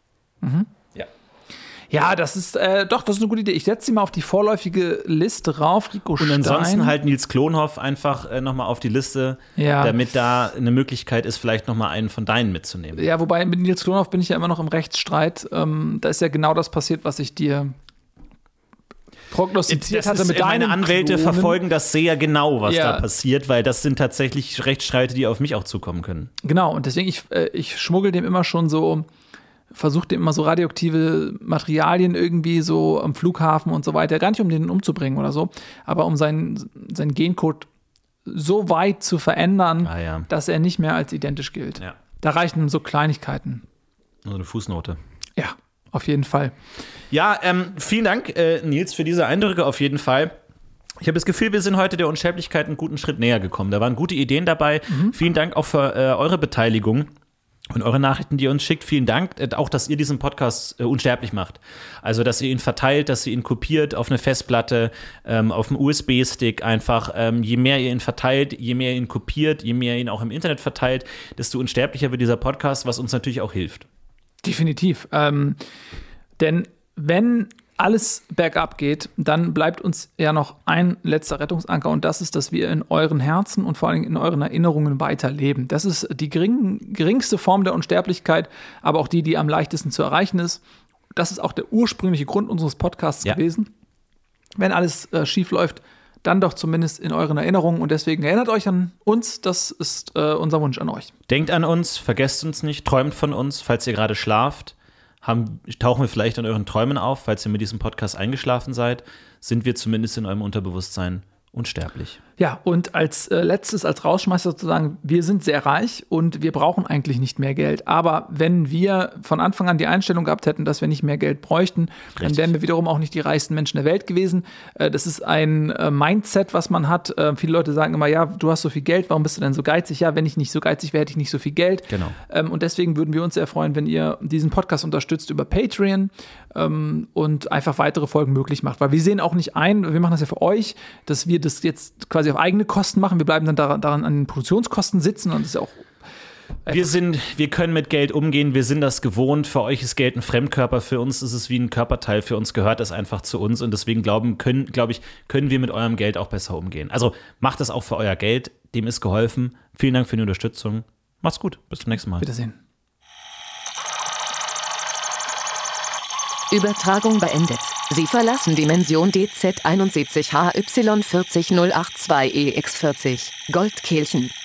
Ja. Ja, das ist das ist eine gute Idee. Ich setze sie mal auf die vorläufige Liste rauf, Rico Stein. Und ansonsten halt Nils Klonhoff einfach nochmal auf die Liste, damit da eine Möglichkeit ist, vielleicht nochmal einen von deinen mitzunehmen. Ja, wobei mit Nils Klonhoff bin ich ja immer noch im Rechtsstreit. Da ist ja genau das passiert, was ich dir prognostiziert hatte mit deinen Meine Anwälte Klonen. verfolgen das sehr genau, was da passiert, weil das sind tatsächlich Rechtsstreite, die auf mich auch zukommen können. Genau, und deswegen, ich schmuggel dem immer schon so, versucht immer so radioaktive Materialien irgendwie so am Flughafen und so weiter, gar nicht um den umzubringen oder so, aber um seinen Gencode so weit zu verändern, dass er nicht mehr als identisch gilt. Ja. Da reichen so Kleinigkeiten. Also eine Fußnote. Ja, auf jeden Fall. Ja, vielen Dank, Nils, für diese Eindrücke auf jeden Fall. Ich habe das Gefühl, wir sind heute der Unsterblichkeit einen guten Schritt näher gekommen. Da waren gute Ideen dabei. Vielen Dank auch für eure Beteiligung. Und eure Nachrichten, die ihr uns schickt, vielen Dank. Auch, dass ihr diesen Podcast unsterblich macht. Also, dass ihr ihn verteilt, dass ihr ihn kopiert auf eine Festplatte, auf einem USB-Stick einfach. Je mehr ihr ihn verteilt, je mehr ihr ihn kopiert, je mehr ihr ihn auch im Internet verteilt, desto unsterblicher wird dieser Podcast, was uns natürlich auch hilft. Definitiv. Denn wenn alles bergab geht, dann bleibt uns ja noch ein letzter Rettungsanker und das ist, dass wir in euren Herzen und vor allem in euren Erinnerungen weiterleben. Das ist die geringste Form der Unsterblichkeit, aber auch die am leichtesten zu erreichen ist. Das ist auch der ursprüngliche Grund unseres Podcasts gewesen. Wenn alles schief läuft, dann doch zumindest in euren Erinnerungen. Und deswegen erinnert euch an uns, das ist unser Wunsch an euch. Denkt an uns, vergesst uns nicht, träumt von uns, falls ihr gerade schlaft. Tauchen wir vielleicht in euren Träumen auf, falls ihr mit diesem Podcast eingeschlafen seid, sind wir zumindest in eurem Unterbewusstsein unsterblich. Ja, und als letztes, als Rausschmeißer sozusagen, wir sind sehr reich und wir brauchen eigentlich nicht mehr Geld. Aber wenn wir von Anfang an die Einstellung gehabt hätten, dass wir nicht mehr Geld bräuchten, dann wären wir wiederum auch nicht die reichsten Menschen der Welt gewesen. Das ist ein Mindset, was man hat. Viele Leute sagen immer, ja, du hast so viel Geld, warum bist du denn so geizig? Ja, wenn ich nicht so geizig wäre, hätte ich nicht so viel Geld. Genau. Und deswegen würden wir uns sehr freuen, wenn ihr diesen Podcast unterstützt über Patreon und einfach weitere Folgen möglich macht. Weil wir sehen auch nicht ein, wir machen das ja für euch, dass wir das jetzt quasi auf eigene Kosten machen. Wir bleiben dann daran an den Produktionskosten sitzen und das ist ja auch wir können mit Geld umgehen, wir sind das gewohnt. Für euch ist Geld ein Fremdkörper, für uns ist es wie ein Körperteil, für uns gehört es einfach zu uns und deswegen können wir mit eurem Geld auch besser umgehen. Also macht das auch für euer Geld, dem ist geholfen. Vielen Dank für die Unterstützung. Macht's gut, bis zum nächsten Mal. Wiedersehen. Übertragung beendet. Sie verlassen Dimension DZ71HY40082EX40. Goldkehlchen.